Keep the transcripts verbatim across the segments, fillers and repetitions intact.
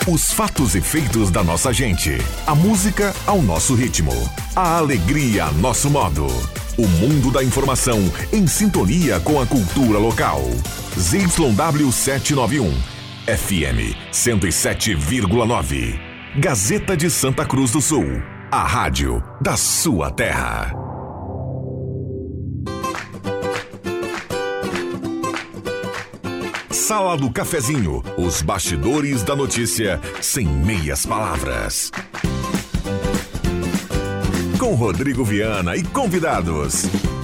Os fatos e feitos da nossa gente. A música ao nosso ritmo. A alegria a nosso modo. O mundo da informação em sintonia com a cultura local. Z Y W setecentos e noventa e um. F M cento e sete vírgula nove. Gazeta de Santa Cruz do Sul. A rádio da sua terra. Sala do Cafezinho, os bastidores da notícia sem meias palavras. Com Rodrigo Viana e convidados.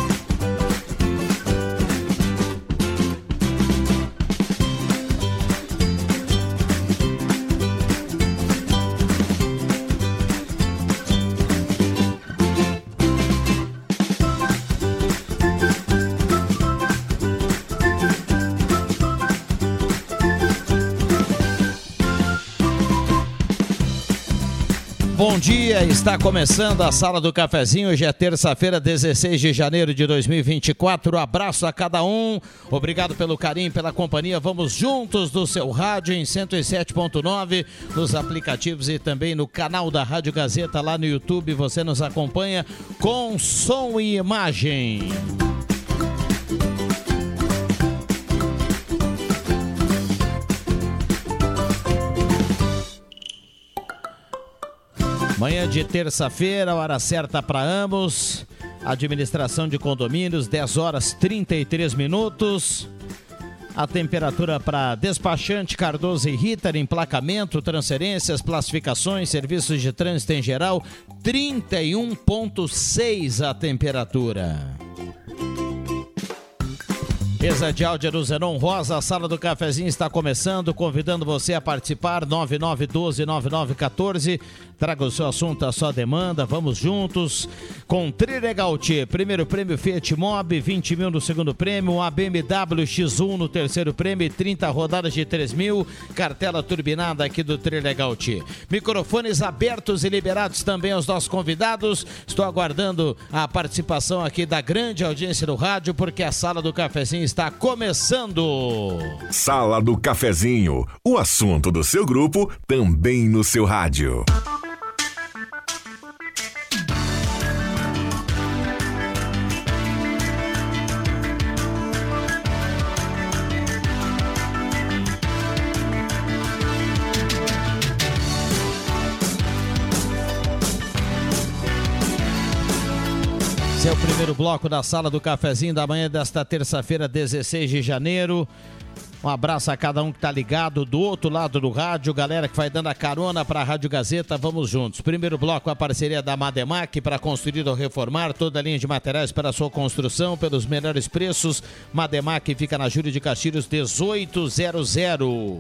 Bom dia, está começando a Sala do Cafezinho. Hoje é terça-feira, dezesseis de janeiro de dois mil e vinte e quatro. Abraço a cada um, obrigado pelo carinho, pela companhia. Vamos juntos do seu rádio em cento e sete ponto nove, nos aplicativos e também no canal da Rádio Gazeta lá no YouTube. Você nos acompanha com som e imagem. Manhã de terça-feira, hora certa para ambos. Administração de condomínios, dez horas e trinta e três minutos. A temperatura para despachante Cardoso e Ritter, emplacamento, transferências, classificações, serviços de trânsito em geral, trinta e um ponto seis a temperatura. Mesa de áudio do Zenon Rosa, a Sala do Cafezinho está começando, convidando você a participar, nove nove um dois, nove nove um quatro, traga o seu assunto, a sua demanda, vamos juntos com Trilegal T, primeiro prêmio Fiat Mobi, vinte mil no segundo prêmio, a B M W X um no terceiro prêmio, trinta rodadas de três mil, cartela turbinada aqui do Trilegal T. Microfones abertos e liberados também aos nossos convidados, estou aguardando a participação aqui da grande audiência do rádio, porque a Sala do Cafezinho está começando. Sala do Cafezinho, o assunto do seu grupo também no seu rádio. Esse é o primeiro bloco da Sala do Cafezinho da manhã desta terça-feira, dezesseis de janeiro. Um abraço a cada um que está ligado do outro lado do rádio, galera que vai dando a carona para a Rádio Gazeta, vamos juntos. Primeiro bloco, a parceria da Mademac para construir ou reformar, toda a linha de materiais para a sua construção, pelos melhores preços. Mademac fica na Júlio de Castilhos dezoito zero zero.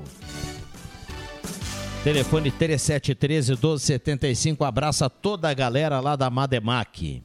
Telefone três sete um três, um dois sete cinco, abraça toda a galera lá da Mademac.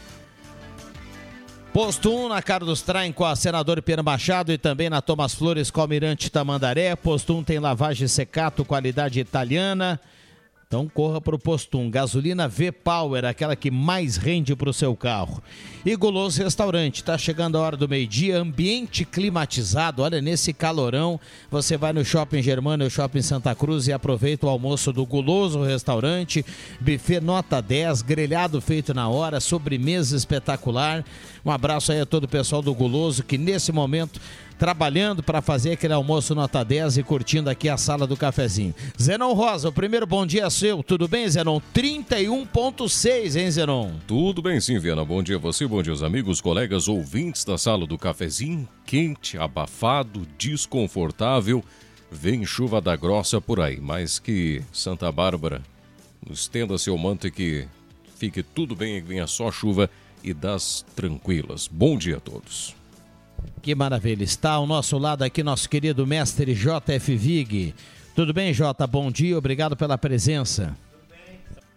Posto um na Carlos Traem com a Senador Pedro Machado e também na Thomas Flores com o Almirante Tamandaré. Posto um tem lavagem secato, qualidade italiana. Então corra para o Posto um. Gasolina V-Power, aquela que mais rende para o seu carro. E Guloso Restaurante, está chegando a hora do meio-dia, ambiente climatizado. Olha, nesse calorão, você vai no Shopping Germano, Shopping Santa Cruz e aproveita o almoço do Guloso Restaurante. Buffet nota dez, grelhado feito na hora, sobremesa espetacular. Um abraço aí a todo o pessoal do Guloso que nesse momento trabalhando para fazer aquele almoço nota dez e curtindo aqui a Sala do Cafezinho. Zenon Rosa, o primeiro bom dia seu. Tudo bem, Zenon? trinta e um ponto seis, hein, Zenon? Tudo bem sim, Viana. Bom dia a você, bom dia aos amigos, colegas, ouvintes da Sala do Cafezinho. Quente, abafado, desconfortável. Vem chuva da grossa por aí, mas que Santa Bárbara estenda seu manto e que fique tudo bem e venha só chuva e das tranquilas. Bom dia a todos. Que maravilha, está ao nosso lado aqui nosso querido mestre J F Vig. Tudo bem, Jota? Bom dia, obrigado pela presença. Tudo bem.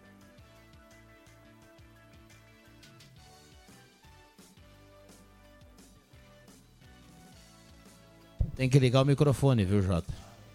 Tem que ligar o microfone, viu, Jota?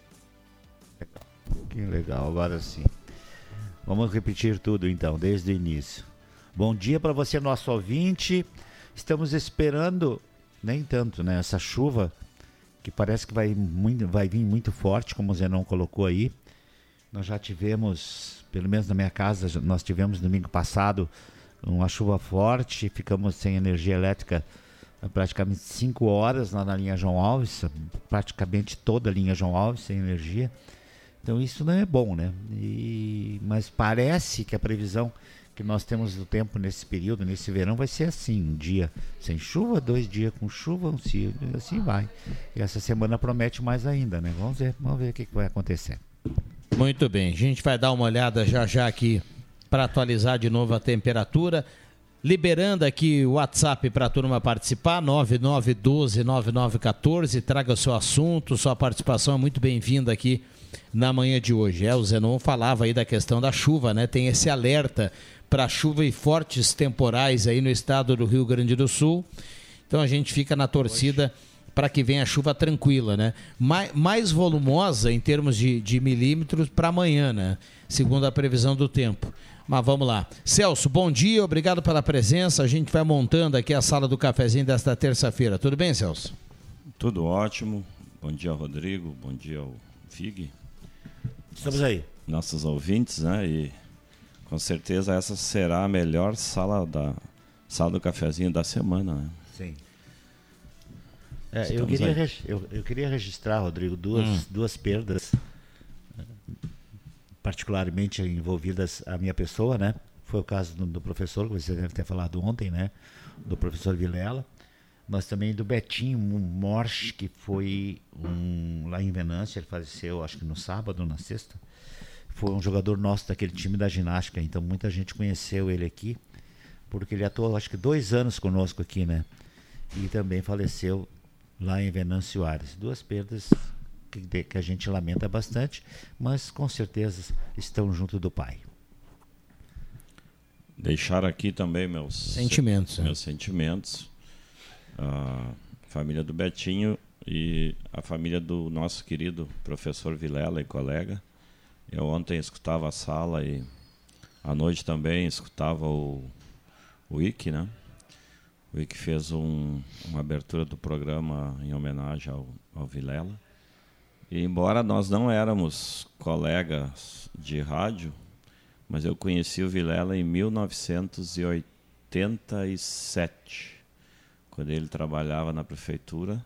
Que legal, agora sim. Vamos repetir tudo então, desde o início. Bom dia para você, nosso ouvinte. Estamos esperando, nem tanto, né? Essa chuva que parece que vai, muito, vai vir muito forte, como o Zenon colocou aí. Nós já tivemos, pelo menos na minha casa, nós tivemos domingo passado uma chuva forte, ficamos sem energia elétrica praticamente cinco horas lá na linha João Alves, praticamente toda a linha João Alves sem energia. Então isso não é bom, né? E, mas parece que a previsão que nós temos do tempo nesse período, nesse verão, vai ser assim, um dia sem chuva, dois dias com chuva, um dia, assim vai. E essa semana promete mais ainda, né? Vamos ver, vamos ver o que, que vai acontecer. Muito bem, a gente vai dar uma olhada já já aqui para atualizar de novo a temperatura. Liberando aqui o WhatsApp para a turma participar, nove nove um dois nove nove um quatro, traga o seu assunto, sua participação é muito bem-vinda aqui na manhã de hoje. É, o Zenon falava aí da questão da chuva, né? Tem esse alerta para chuva e fortes temporais aí no estado do Rio Grande do Sul. Então a gente fica na torcida para que venha a chuva tranquila, né? Mais, mais volumosa em termos de, de milímetros para amanhã, né? Segundo a previsão do tempo. Mas vamos lá. Celso, bom dia, obrigado pela presença. A gente vai montando aqui a sala do cafezinho desta terça-feira. Tudo bem, Celso? Tudo ótimo. Bom dia, Rodrigo. Bom dia, ao Fig. Estamos aí. Nossos ouvintes, né? E com certeza essa será a melhor sala da sala do cafezinho da semana, né? Sim. É, eu, queria reg... eu, eu queria registrar, Rodrigo, duas, hum. duas perdas, particularmente envolvidas a minha pessoa, né? Foi o caso do, do professor, que você deve ter falado ontem, né? Do professor Vilela, mas também do Betinho Morsch, que foi um, lá em Venâncio, ele faleceu acho que no sábado, na sexta. Foi um jogador nosso daquele time da ginástica, então muita gente conheceu ele aqui, porque ele atuou acho que dois anos conosco aqui, né? E também faleceu lá em Venâncio Aires. Duas perdas que, que a gente lamenta bastante, mas com certeza estão junto do pai. Deixar aqui também meus sentimentos, se, meus sentimentos. A família do Betinho e a família do nosso querido professor Vilela e colega. Eu ontem escutava a sala e à noite também escutava o, o Ike, né? O Ike fez um, uma abertura do programa em homenagem ao, ao Vilela. E embora nós não éramos colegas de rádio, mas eu conheci o Vilela em mil novecentos e oitenta e sete, quando ele trabalhava na prefeitura,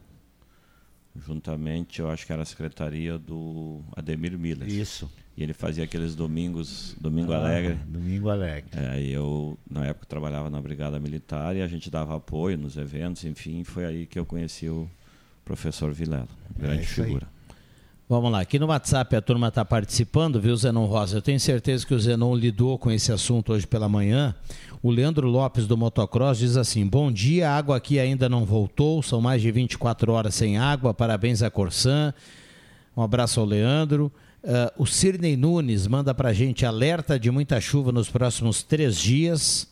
juntamente, eu acho que era a secretaria do Ademir Miller. Isso. E ele fazia aqueles domingos, Domingo ah, Alegre. Domingo Alegre. É, e eu, na época, trabalhava na Brigada Militar e a gente dava apoio nos eventos, enfim, foi aí que eu conheci o professor Vilela, grande é figura. Aí. Vamos lá, aqui no WhatsApp a turma está participando, viu, Zenon Rosa? Eu tenho certeza que o Zenon lidou com esse assunto hoje pela manhã. O Leandro Lopes do Motocross diz assim: bom dia, a água aqui ainda não voltou, são mais de vinte e quatro horas sem água, parabéns à Corsan. Um abraço ao Leandro. Uh, o Cirnei Nunes manda pra gente alerta de muita chuva nos próximos três dias.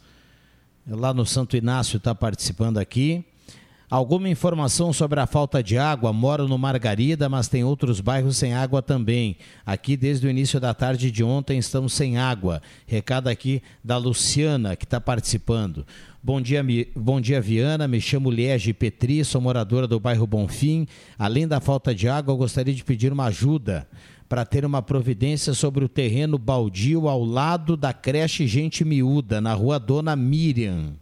Lá no Santo Inácio está participando aqui. Alguma informação sobre a falta de água? Moro no Margarida, mas tem outros bairros sem água também. Aqui desde o início da tarde de ontem estamos sem água. Recado aqui da Luciana, que está participando. Bom dia, mi... Bom dia, Viana. Me chamo Liege Petri, sou moradora do bairro Bonfim. Além da falta de água, eu gostaria de pedir uma ajuda para ter uma providência sobre o terreno baldio ao lado da creche Gente Miúda, na rua Dona Miriam.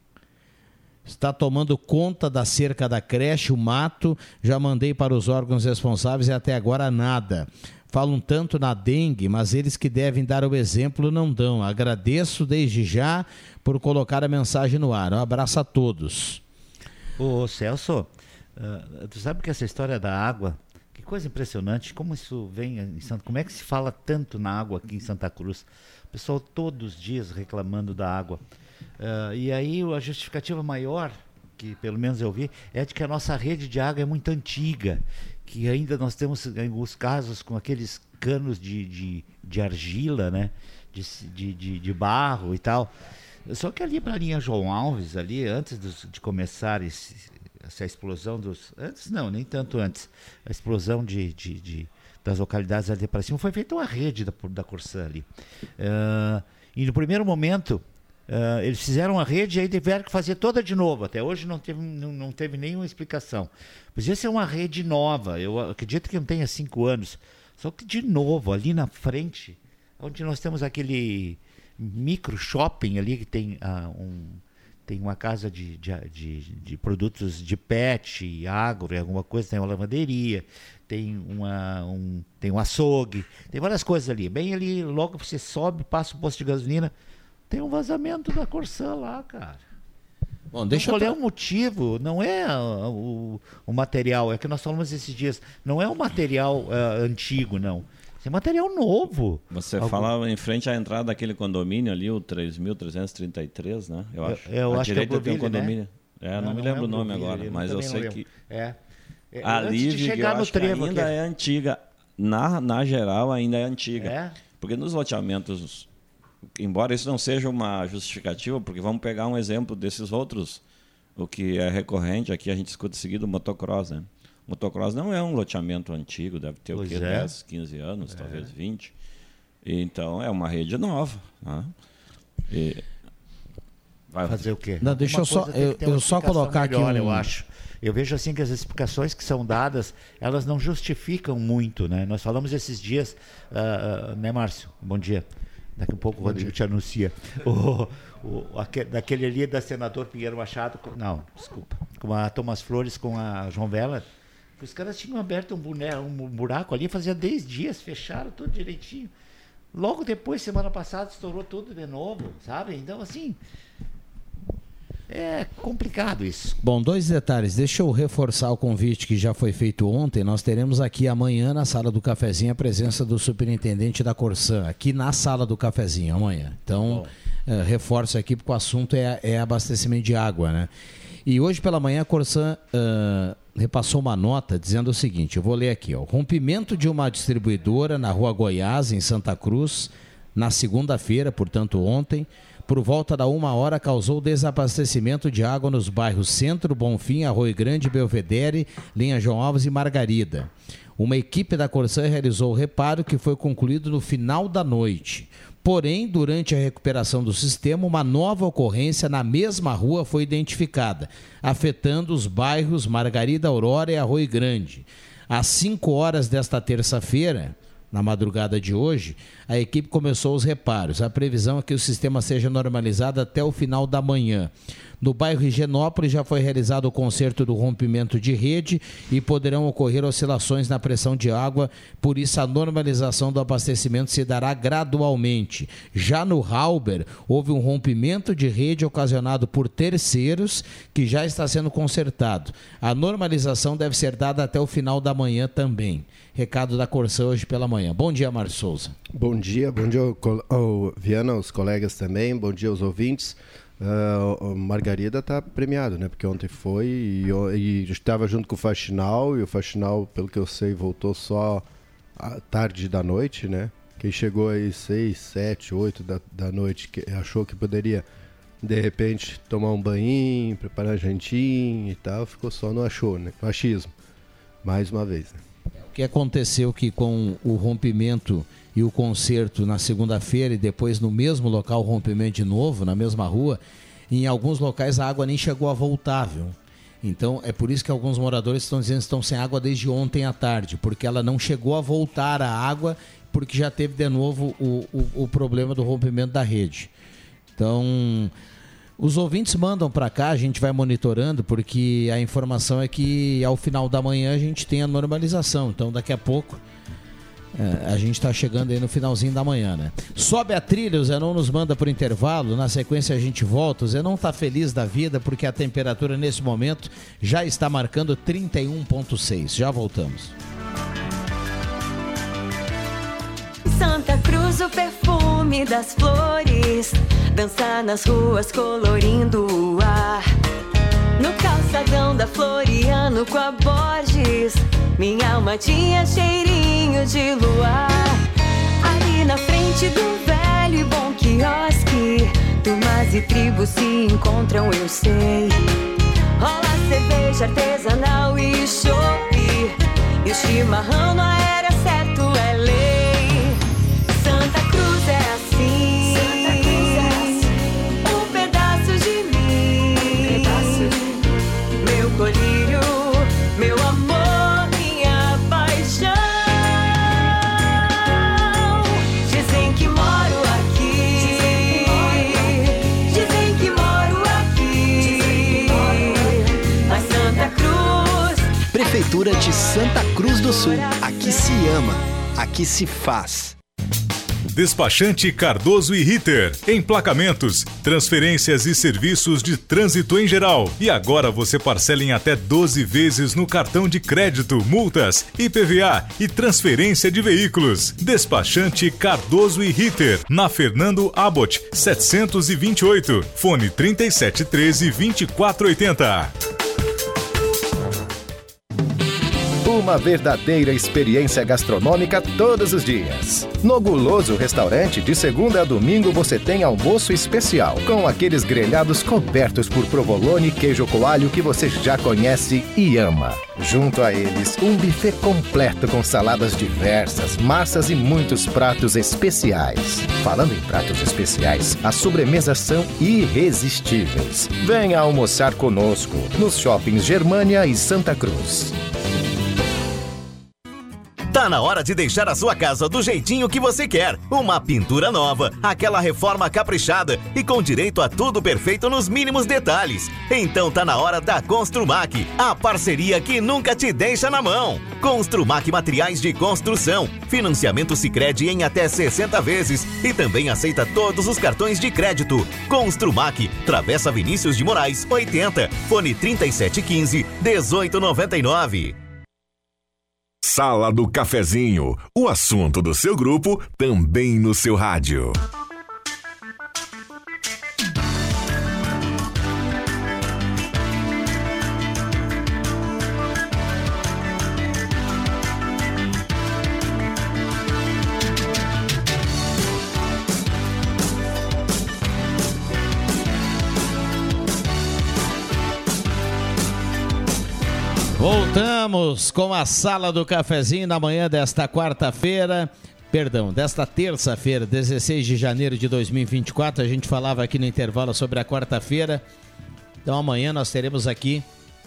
Está tomando conta da cerca da creche, o mato. Já mandei para os órgãos responsáveis e até agora nada. Falam tanto na dengue, mas eles que devem dar o exemplo não dão. Agradeço desde já por colocar a mensagem no ar. Um abraço a todos. Ô Celso, uh, tu sabe que essa história da água, que coisa impressionante, como isso vem em Santa, como é que se fala tanto na água aqui em Santa Cruz? O pessoal todos os dias reclamando da água. Uh, e aí a justificativa maior, que pelo menos eu vi, é de que a nossa rede de água é muito antiga, que ainda nós temos em alguns casos com aqueles canos de, de, de argila, né? de, de, de, de barro e tal. Só que ali para a linha João Alves, ali antes dos, de começar esse, essa explosão dos... Antes não, nem tanto antes. A explosão de, de, de, das localidades ali para cima, foi feita uma rede da, da Corsan ali. Uh, e no primeiro momento... Uh, eles fizeram a rede e aí tiveram que fazer toda de novo. Até hoje não teve, não, não teve nenhuma explicação. Podia ser uma rede nova. Eu acredito que não tenha cinco anos. Só que de novo, ali na frente onde nós temos aquele micro shopping ali que tem uh, um... Tem uma casa de, de, de, de produtos de pet, agro, alguma coisa, tem uma lavanderia, tem, uma, um, tem um açougue, tem várias coisas ali. Bem ali, logo você sobe, passa o posto de gasolina, tem um vazamento da Corsã lá, cara. Bom, deixa então, qual eu... é o motivo? Não é o, o, o material, é que nós falamos esses dias, não é um material uh, antigo, não. Isso é material novo. Você Algum... fala em frente à entrada daquele condomínio ali, o três mil trezentos e trinta e três, né? Eu acho. Eu, eu à acho direita que é o tem um condomínio. Né? É, não, não me lembro o nome agora, mas eu sei que... É. É, ali, antes de chegar eu no acho trevo que ainda aqui. é antiga. Na, na geral, ainda é antiga. É? Porque nos loteamentos, embora isso não seja uma justificativa, porque vamos pegar um exemplo desses outros, o que é recorrente, aqui a gente escuta seguido o motocross, né? O motocross não é um loteamento antigo, deve ter pois o quê? É. dez, quinze anos, é. talvez vinte. Então, é uma rede nova. Né? E... Vai fazer o quê? Não, deixa eu só, eu, eu só colocar melhor, aqui um... eu acho. Eu vejo assim que as explicações que são dadas, elas não justificam muito, né? Nós falamos esses dias, uh, uh, né, Márcio? Bom dia. Daqui a pouco o Rodrigo te anuncia. O, o, aquele, daquele ali da senador Pinheiro Machado, com, não, desculpa, com a Thomas Flores, com a João Vela, os caras tinham aberto um, boné, um buraco ali, fazia dez dias, fecharam tudo direitinho. Logo depois, semana passada, estourou tudo de novo, sabe? Então, assim... É complicado isso. Bom, dois detalhes. Deixa eu reforçar o convite que já foi feito ontem. Nós teremos aqui amanhã na Sala do Cafezinho a presença do superintendente da Corsã, aqui na Sala do Cafezinho amanhã. Então, uh, reforço aqui porque o assunto é, é abastecimento de água, né? E hoje pela manhã a Corsã uh, repassou uma nota dizendo o seguinte, eu vou ler aqui, ó. Rompimento de uma distribuidora na Rua Goiás, em Santa Cruz, na segunda-feira, portanto ontem, por volta da uma hora, causou desabastecimento de água nos bairros Centro, Bonfim, Arroio Grande, Belvedere, Linha João Alves e Margarida. Uma equipe da Corsã realizou o reparo que foi concluído no final da noite. Porém, durante a recuperação do sistema, uma nova ocorrência na mesma rua foi identificada, afetando os bairros Margarida, Aurora e Arroio Grande. Às cinco horas desta terça-feira... Na madrugada de hoje, a equipe começou os reparos. A previsão é que o sistema seja normalizado até o final da manhã. No bairro Higienópolis já foi realizado o conserto do rompimento de rede e poderão ocorrer oscilações na pressão de água, por isso a normalização do abastecimento se dará gradualmente. Já no Halber, houve um rompimento de rede ocasionado por terceiros que já está sendo consertado. A normalização deve ser dada até o final da manhã também. Recado da Corsã hoje pela manhã. Bom dia, Márcio Souza. Bom dia, bom dia ao, ao Viana, aos colegas também, bom dia aos ouvintes. Uh, Margarida está premiado, né? Porque ontem foi e, e estava junto com o Faxinal, e o Faxinal, pelo que eu sei, voltou só à tarde da noite, né? Quem chegou aí seis, sete, oito da, da noite, que achou que poderia, de repente, tomar um banhinho, preparar jantinho e tal, ficou só no achou, né? No achismo, mais uma vez, né? O que aconteceu que com o rompimento e o conserto na segunda-feira e depois no mesmo local o rompimento de novo, na mesma rua, em alguns locais a água nem chegou a voltar, viu? Então é por isso que alguns moradores estão dizendo que estão sem água desde ontem à tarde, porque ela não chegou a voltar a água, porque já teve de novo o, o, o problema do rompimento da rede. Então... Os ouvintes mandam para cá, a gente vai monitorando, porque a informação é que ao final da manhã a gente tem a normalização. Então daqui a pouco é, a gente está chegando aí no finalzinho da manhã, né? Sobe a trilha, o Zenon nos manda por intervalo, na sequência a gente volta. O Zenon está feliz da vida porque a temperatura nesse momento já está marcando trinta e um vírgula seis. Já voltamos. Santa Cruz, o perfume das flores, dançar nas ruas colorindo o ar. No calçadão da Floriano com a Borges, minha alma tinha cheirinho de luar. Ali na frente do velho e bom quiosque, turmas e tribos se encontram, eu sei. Rola cerveja artesanal e chopp, e o chimarrão na era certo é lei. Santa Cruz é assim, Santa Cruz é assim, um pedaço de mim, um pedaço, meu colírio, meu amor, minha paixão. Dizem que Prefeitura de Santa Cruz do Sul. Aqui se ama, aqui se faz. Despachante Cardoso e Ritter. Emplacamentos, transferências e serviços de trânsito em geral. E agora você parcela em até doze vezes no cartão de crédito, multas, I P V A e transferência de veículos. Despachante Cardoso e Ritter. Na Fernando Abbott, setecentos e vinte e oito. Fone trinta e sete treze, vinte e quatro oitenta. Uma verdadeira experiência gastronômica todos os dias. No Guloso Restaurante, de segunda a domingo, você tem almoço especial, com aqueles grelhados cobertos por provolone e queijo coalho que você já conhece e ama. Junto a eles, um buffet completo com saladas diversas, massas e muitos pratos especiais. Falando em pratos especiais, as sobremesas são irresistíveis. Venha almoçar conosco, nos shoppings Germânia e Santa Cruz. Tá na hora de deixar a sua casa do jeitinho que você quer. Uma pintura nova, aquela reforma caprichada e com direito a tudo perfeito nos mínimos detalhes. Então tá na hora da Construmac, a parceria que nunca te deixa na mão. Construmac Materiais de Construção, financiamento Sicredi em até sessenta vezes e também aceita todos os cartões de crédito. Construmac, Travessa Vinícius de Moraes, oitenta, fone trinta e sete quinze, dezoito noventa e nove. Sala do Cafezinho, o assunto do seu grupo também no seu rádio. Voltamos com a Sala do Cafezinho na manhã desta quarta-feira, perdão, desta terça-feira, dezesseis de janeiro de dois mil e vinte e quatro. A gente falava aqui no intervalo sobre a quarta-feira. Então amanhã nós teremos aqui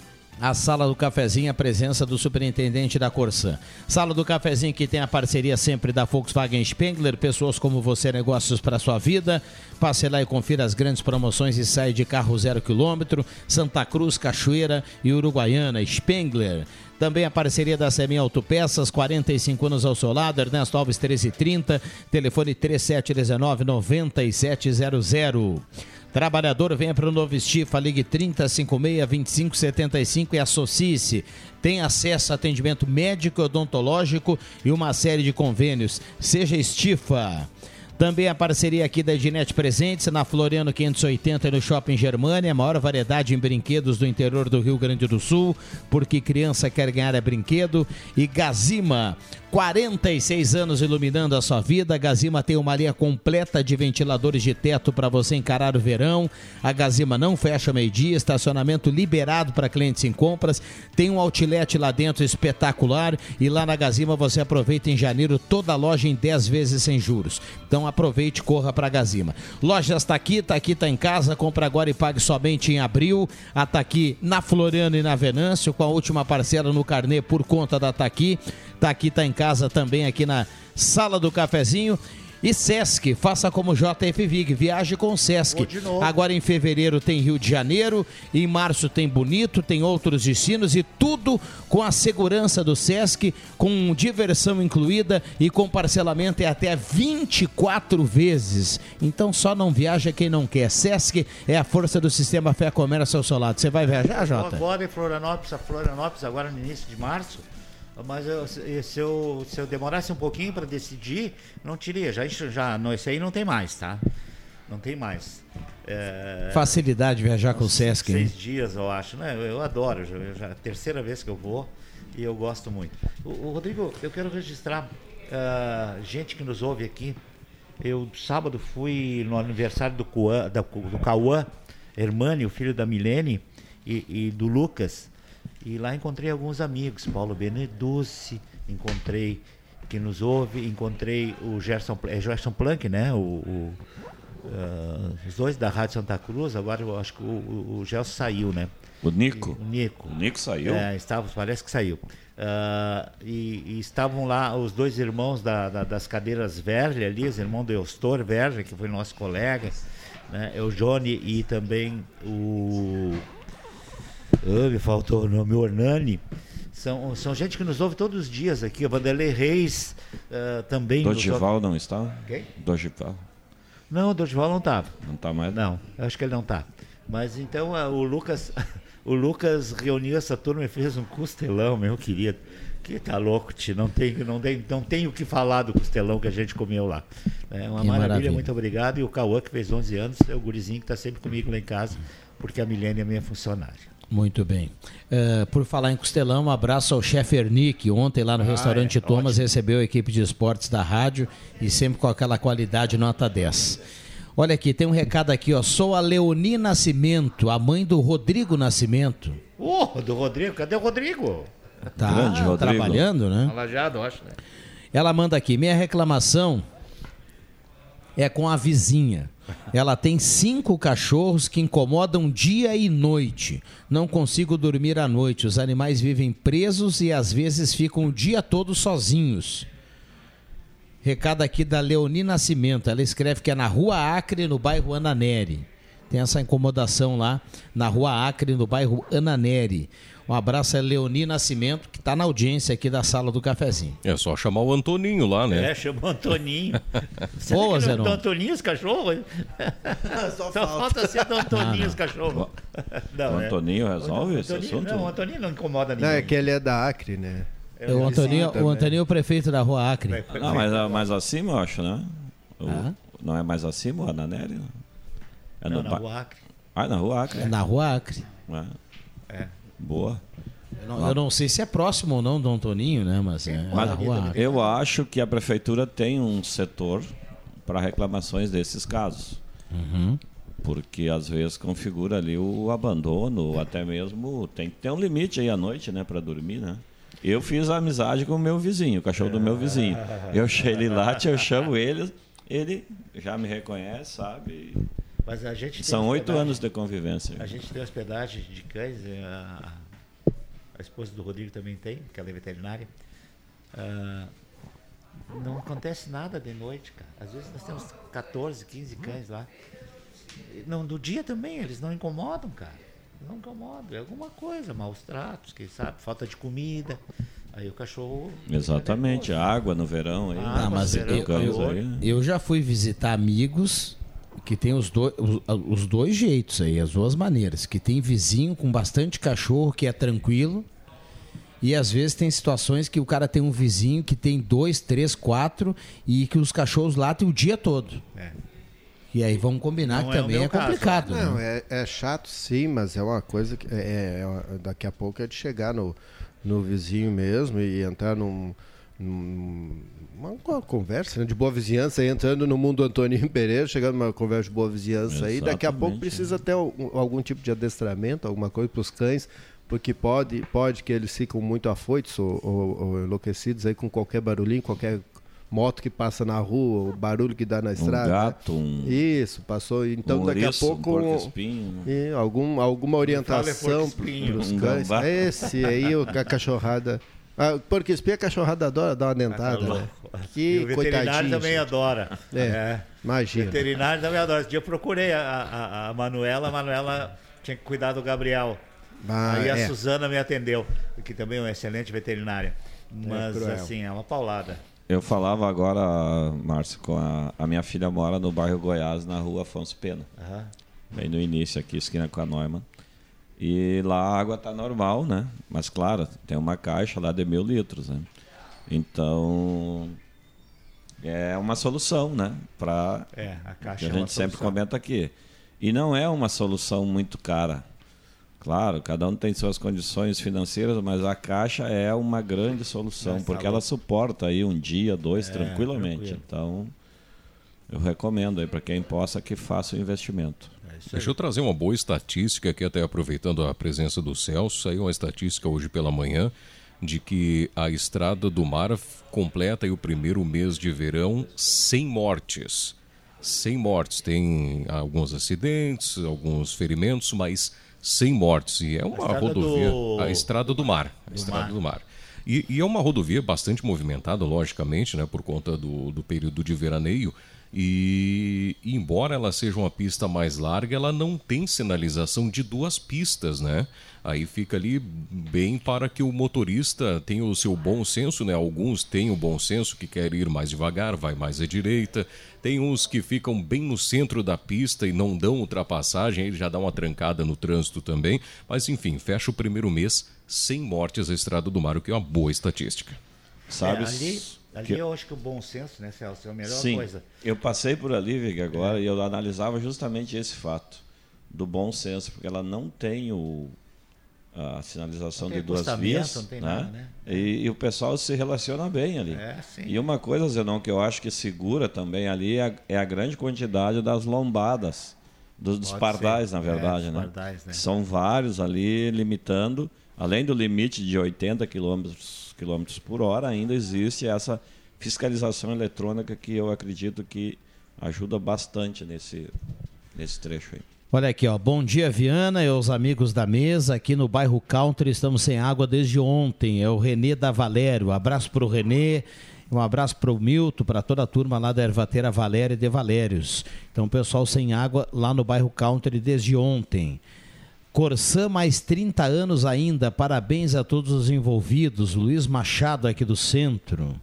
a Sala do Cafezinho, a presença do superintendente da Corsan. Sala do Cafezinho que tem a parceria sempre da Volkswagen Spengler, pessoas como você, negócios para sua vida. Passe lá e confira as grandes promoções e saia de carro zero quilômetro. Santa Cruz, Cachoeira e Uruguaiana. Spengler. Também a parceria da Semin Autopeças, quarenta e cinco anos ao seu lado, Ernesto Alves treze trinta, telefone trinta e sete dezenove, noventa e sete zero zero. Trabalhador, venha para o Novo Estifa, ligue trinta, cinquenta e seis, vinte e cinco setenta e cinco e associe-se. Tem acesso a atendimento médico, odontológico e uma série de convênios. Seja Estifa. Também a parceria aqui da Ednet Presentes, na Floriano quinhentos e oitenta e no Shopping Germânia, a maior variedade em brinquedos do interior do Rio Grande do Sul, porque criança quer ganhar é brinquedo. E Gazima, quarenta e seis anos iluminando a sua vida. A Gazima tem uma linha completa de ventiladores de teto para você encarar o verão. A Gazima não fecha meio-dia, estacionamento liberado para clientes em compras. Tem um outlet lá dentro espetacular e lá na Gazima você aproveita em janeiro toda a loja em dez vezes sem juros. Então aproveite e corra para a Gazima. Lojas Taqui, Taqui tá em casa, compra agora e pague somente em abril. A Taqui na Floriano e na Venâncio, com a última parcela no carnê por conta da Taqui. Taqui tá em casa também aqui na Sala do Cafezinho. E Sesc, faça como J F Vig, viaje com o Sesc. Agora em fevereiro tem Rio de Janeiro, em março tem Bonito, tem outros destinos e tudo com a segurança do Sesc, com diversão incluída e com parcelamento em até vinte e quatro vezes. Então só não viaja quem não quer. Sesc é a força do sistema Fé Comércio ao seu lado. Você vai viajar, Jota? Agora em Florianópolis, a Florianópolis agora no início de março. Mas eu, se, eu, se eu demorasse um pouquinho para decidir, não teria. Já, já, não, esse aí não tem mais, tá? Não tem mais. É, Facilidade de viajar com o Sesc. Seis hein? dias, eu acho. Né? Eu, eu adoro. Eu já, a terceira vez que eu vou e eu gosto muito. O, o Rodrigo, eu quero registrar uh, gente que nos ouve aqui. Eu, sábado, fui no aniversário do, Cauã, da, do Cauã Hermani, o filho da Milene e, e do Lucas. E lá encontrei alguns amigos, Paulo Beneducci, encontrei, que nos ouve, encontrei o Gerson, é Gerson Planck, né? O, o, uh, os dois da Rádio Santa Cruz, agora eu acho que o, o, o Gelson saiu, né? O Nico? E, o Nico. O Nico saiu? É, estava, parece que saiu. Uh, e, e estavam lá os dois irmãos da, da, das cadeiras Verge ali, os irmãos do Eustor Verge, que foi nosso colega, né? É o Johnny e também o... Oh, me faltou o nome, o Ornani. São, são gente que nos ouve todos os dias aqui. O Vanderlei Reis uh, também. Dorival não está? Quem? Dorival. Não, o Dorival não está. Não está mais? Não, eu acho que ele não está. Mas então uh, o Lucas o Lucas reuniu essa turma e fez um costelão, meu querido. Que tá louco, tio. Não tem, não, tem, não tem o que falar do costelão que a gente comeu lá. É uma maravilha, maravilha, muito obrigado. E o Cauã, que fez onze anos, é o gurizinho que está sempre comigo lá em casa, porque a Milene é minha funcionária. Muito bem. Uh, por falar em costelão, um abraço ao chefe Erni, que ontem lá no ah, restaurante é, Thomas ótimo. recebeu a equipe de esportes da rádio e sempre com aquela qualidade nota dez. Olha aqui, tem um recado aqui, ó. Sou a Leoni Nascimento, a mãe do Rodrigo Nascimento. Oh, do Rodrigo? Cadê o Rodrigo? Tá Grande, Rodrigo. Trabalhando, né? Alajado, acho, né? Ela manda aqui, minha reclamação é com a vizinha. Ela tem cinco cachorros que incomodam dia e noite. Não consigo dormir à noite. Os animais vivem presos e às vezes ficam o dia todo sozinhos. Recado aqui da Leoni Nascimento. Ela escreve que é na Rua Acre, no bairro Ananeri. Tem essa incomodação lá na Rua Acre, no bairro Ananeri. Um abraço a Leoni Nascimento, que está na audiência aqui da Sala do Cafezinho. É só chamar o Antoninho lá, né? É, chama o Antoninho. Boa, Zé. Do Antoninho os cachorros? Só, Só falta ser do Antoninho os cachorros. Não, o Antoninho é. resolve o esse Antoninho, assunto? Não, o Antoninho não incomoda ninguém. Não, é que ele é da Acre, né? É o, Antoninho, o Antoninho é o prefeito da Rua Acre. Não, mas mais acima, eu acho, né? O, ah? Não é mais acima o Ananeri? É não, no na Rua Acre. Ah, na Rua Acre. É na Rua Acre. É. é. Boa. Eu não, eu não sei se é próximo ou não do Antoninho, né? Mas, é Mas na Rua Acre. Eu acho que a prefeitura tem um setor para reclamações desses casos. Uhum. Porque às vezes configura ali o abandono, ou até mesmo tem que ter um limite aí à noite, né, para dormir, né? Eu fiz a amizade com o meu vizinho, o cachorro do meu vizinho. Eu cheguei lá, eu chamo ele, ele já me reconhece, sabe? Mas a gente São oito anos de convivência. A gente tem hospedagem de cães, a, a esposa do Rodrigo também tem, que ela é veterinária. Uh, não acontece nada de noite, cara. Às vezes nós temos catorze, quinze cães lá. Não, do dia também, eles não incomodam, cara. Não incomodam. É alguma coisa, maus tratos, quem sabe, falta de comida. Aí o cachorro... Exatamente, é água no verão. Aí, ah, mas verão, eu, eu, aí. eu já fui visitar amigos que tem os, do, os, os dois jeitos aí, as duas maneiras. Que tem vizinho com bastante cachorro que é tranquilo. E às vezes tem situações que o cara tem um vizinho que tem dois, três, quatro e que os cachorros latem o dia todo. É. E aí vamos combinar não que é também é complicado. Caso, né? Não, né? é, é chato sim, mas é uma coisa que é, é, daqui a pouco é de chegar no, no vizinho mesmo e entrar num, num uma, uma conversa, né, de boa vizinhança, aí entrando no mundo do Antoninho Pereira, chegando numa conversa de boa vizinhança. Exatamente, aí, daqui a pouco precisa é. ter algum, algum tipo de adestramento, alguma coisa para os cães, porque pode, pode que eles ficam muito afoitos ou, ou, ou enlouquecidos aí com qualquer barulhinho, qualquer moto que passa na rua, o barulho que dá na estrada. Um gato, um... Isso, passou. Então um daqui ouriço, a pouco... Um e algum, alguma orientação para os um cães. Gambá. Esse aí, a cachorrada... Ah, porque espia a cachorrada adora dar uma dentada, ah, né? Que e o veterinário também gente. adora. É, é. Imagina. O veterinário também adora. Esse dia eu procurei a, a, a Manuela, a Manuela tinha que cuidar do Gabriel. Ah, aí a é. Suzana me atendeu, que também é uma excelente veterinária. Mas é assim, é uma paulada. Eu falava agora, Márcio, com a, a minha filha mora no bairro Goiás, na rua Afonso Pena. Uhum. Bem no início aqui, esquina com a Neumann. E lá a água está normal, né? Mas claro, tem uma caixa lá de mil litros, né? Então é uma solução, né? Para é, a caixa que a é gente sempre comenta aqui. E não é uma solução muito cara. Claro, cada um tem suas condições financeiras, mas a caixa é uma grande solução, mas porque tá ela suporta aí um dia, dois, é, tranquilamente. Tranquilo. Então, eu recomendo aí para quem possa que faça o investimento. É Deixa eu trazer uma boa estatística aqui, até aproveitando a presença do Celso. Saiu uma estatística hoje pela manhã de que a Estrada do Mar completa aí o primeiro mês de verão sem mortes. Sem mortes. Tem alguns acidentes, alguns ferimentos, mas sem mortes. E é uma a rodovia, do... a Estrada do Mar. A do Estrada mar. do Mar. E, e é uma rodovia bastante movimentada, logicamente, né, por conta do, do período de veraneio. E, embora ela seja uma pista mais larga, ela não tem sinalização de duas pistas, né? Aí fica ali bem para que o motorista tenha o seu bom senso, né? Alguns têm o bom senso que querem ir mais devagar, vai mais à direita. Tem uns que ficam bem no centro da pista e não dão ultrapassagem, ele já dá uma trancada no trânsito também. Mas enfim, fecha o primeiro mês sem mortes a Estrada do Mar, o que é uma boa estatística. Sabe? É, ali ali que... eu acho que o bom senso, né, Celso, é a melhor Sim, coisa. Eu passei por ali, Vig, agora, é. e eu analisava justamente esse fato do bom senso, porque ela não tem o... a sinalização de duas vias, não tem né? Nada, né? E, e o pessoal se relaciona bem ali. É, e uma coisa, Zenão, que eu acho que segura também ali é a, é a grande quantidade das lombadas, dos, dos pardais, ser. na verdade. É, né? Pardais, né? São vários ali limitando, além do limite de oitenta quilômetros por hora, ainda existe essa fiscalização eletrônica que eu acredito que ajuda bastante nesse, nesse trecho aí. Olha aqui, ó. Bom dia, Viana e os amigos da mesa. Aqui no bairro Country estamos sem água desde ontem. É o Renê da Valério. Abraço pro Renê, um abraço pro Milton, para toda a turma lá da Ervateira Valério e de Valérios. Então, pessoal sem água lá no bairro Country desde ontem. Corsã mais trinta anos ainda. Parabéns a todos os envolvidos. Luiz Machado aqui do centro.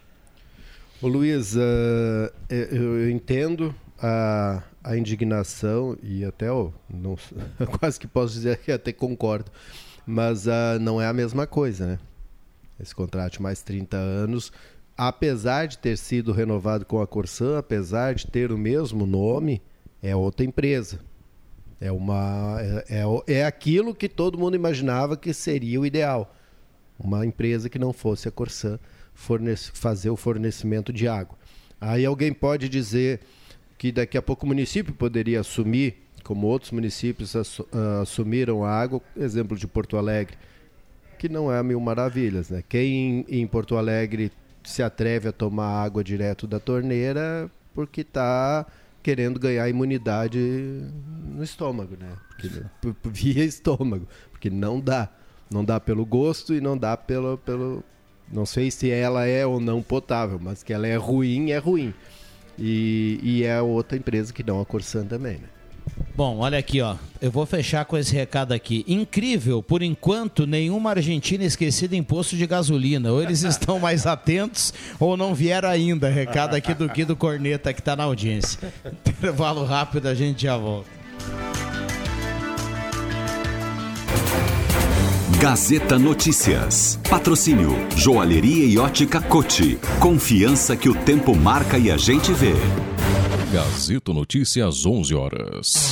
Ô Luiz, uh, eu, eu entendo a... a indignação e até eu não, quase que posso dizer que até concordo, mas uh, não é a mesma coisa, né? Esse contrato de mais trinta anos, apesar de ter sido renovado com a Corsã, apesar de ter o mesmo nome, é outra empresa. É, uma, é, é, é aquilo que todo mundo imaginava que seria o ideal. Uma empresa que não fosse a Corsã fornece, fazer o fornecimento de água. Aí alguém pode dizer que daqui a pouco o município poderia assumir, como outros municípios assumiram a água, exemplo de Porto Alegre, que não é mil maravilhas, né? Quem em Porto Alegre se atreve a tomar água direto da torneira porque está querendo ganhar imunidade no estômago, né? Porque, via estômago, porque não dá. Não dá pelo gosto e não dá pelo, pelo... Não sei se ela é ou não potável, mas que ela é ruim, é ruim. E, e é outra empresa que não a Corsã também, né? Bom, olha aqui, ó. Eu vou fechar com esse recado aqui. Incrível, por enquanto, nenhuma argentina esquecida em posto de gasolina. Ou eles estão mais atentos ou não vieram ainda. Recado aqui do Guido Corneta, que está na audiência. Intervalo rápido, a gente já volta. Gazeta Notícias. Patrocínio Joalheria e Ótica Cote. Confiança que o tempo marca e a gente vê. Gazeta Notícias, onze horas.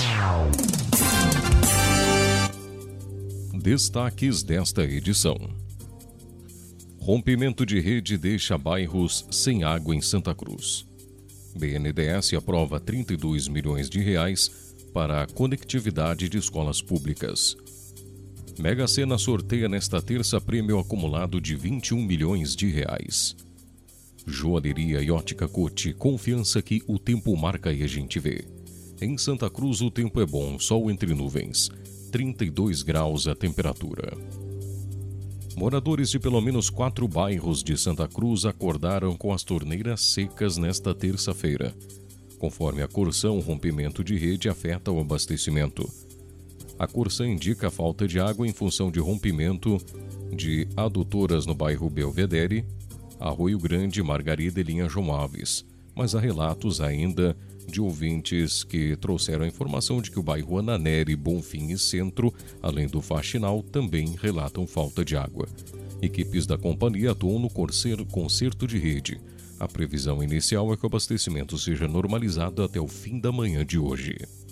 Destaques desta edição. Rompimento de rede deixa bairros sem água em Santa Cruz. B N D E S aprova trinta e dois milhões de reais para a conectividade de escolas públicas. Mega Sena sorteia nesta terça prêmio acumulado de vinte e um milhões de reais. Joalheria e Ótica Cote, confiança que o tempo marca e a gente vê. Em Santa Cruz o tempo é bom, sol entre nuvens, trinta e dois graus a temperatura. Moradores de pelo menos quatro bairros de Santa Cruz acordaram com as torneiras secas nesta terça-feira. Conforme a Corsã, o rompimento de rede afeta o abastecimento. A Corsã indica a falta de água em função de rompimento de adutoras no bairro Belvedere, Arroio Grande, Margarida e Linha João Alves. Mas há relatos ainda de ouvintes que trouxeram a informação de que o bairro Ananeri, Bonfim e Centro, além do Faxinal, também relatam falta de água. Equipes da companhia atuam no conserto de rede. A previsão inicial é que o abastecimento seja normalizado até o fim da manhã de hoje.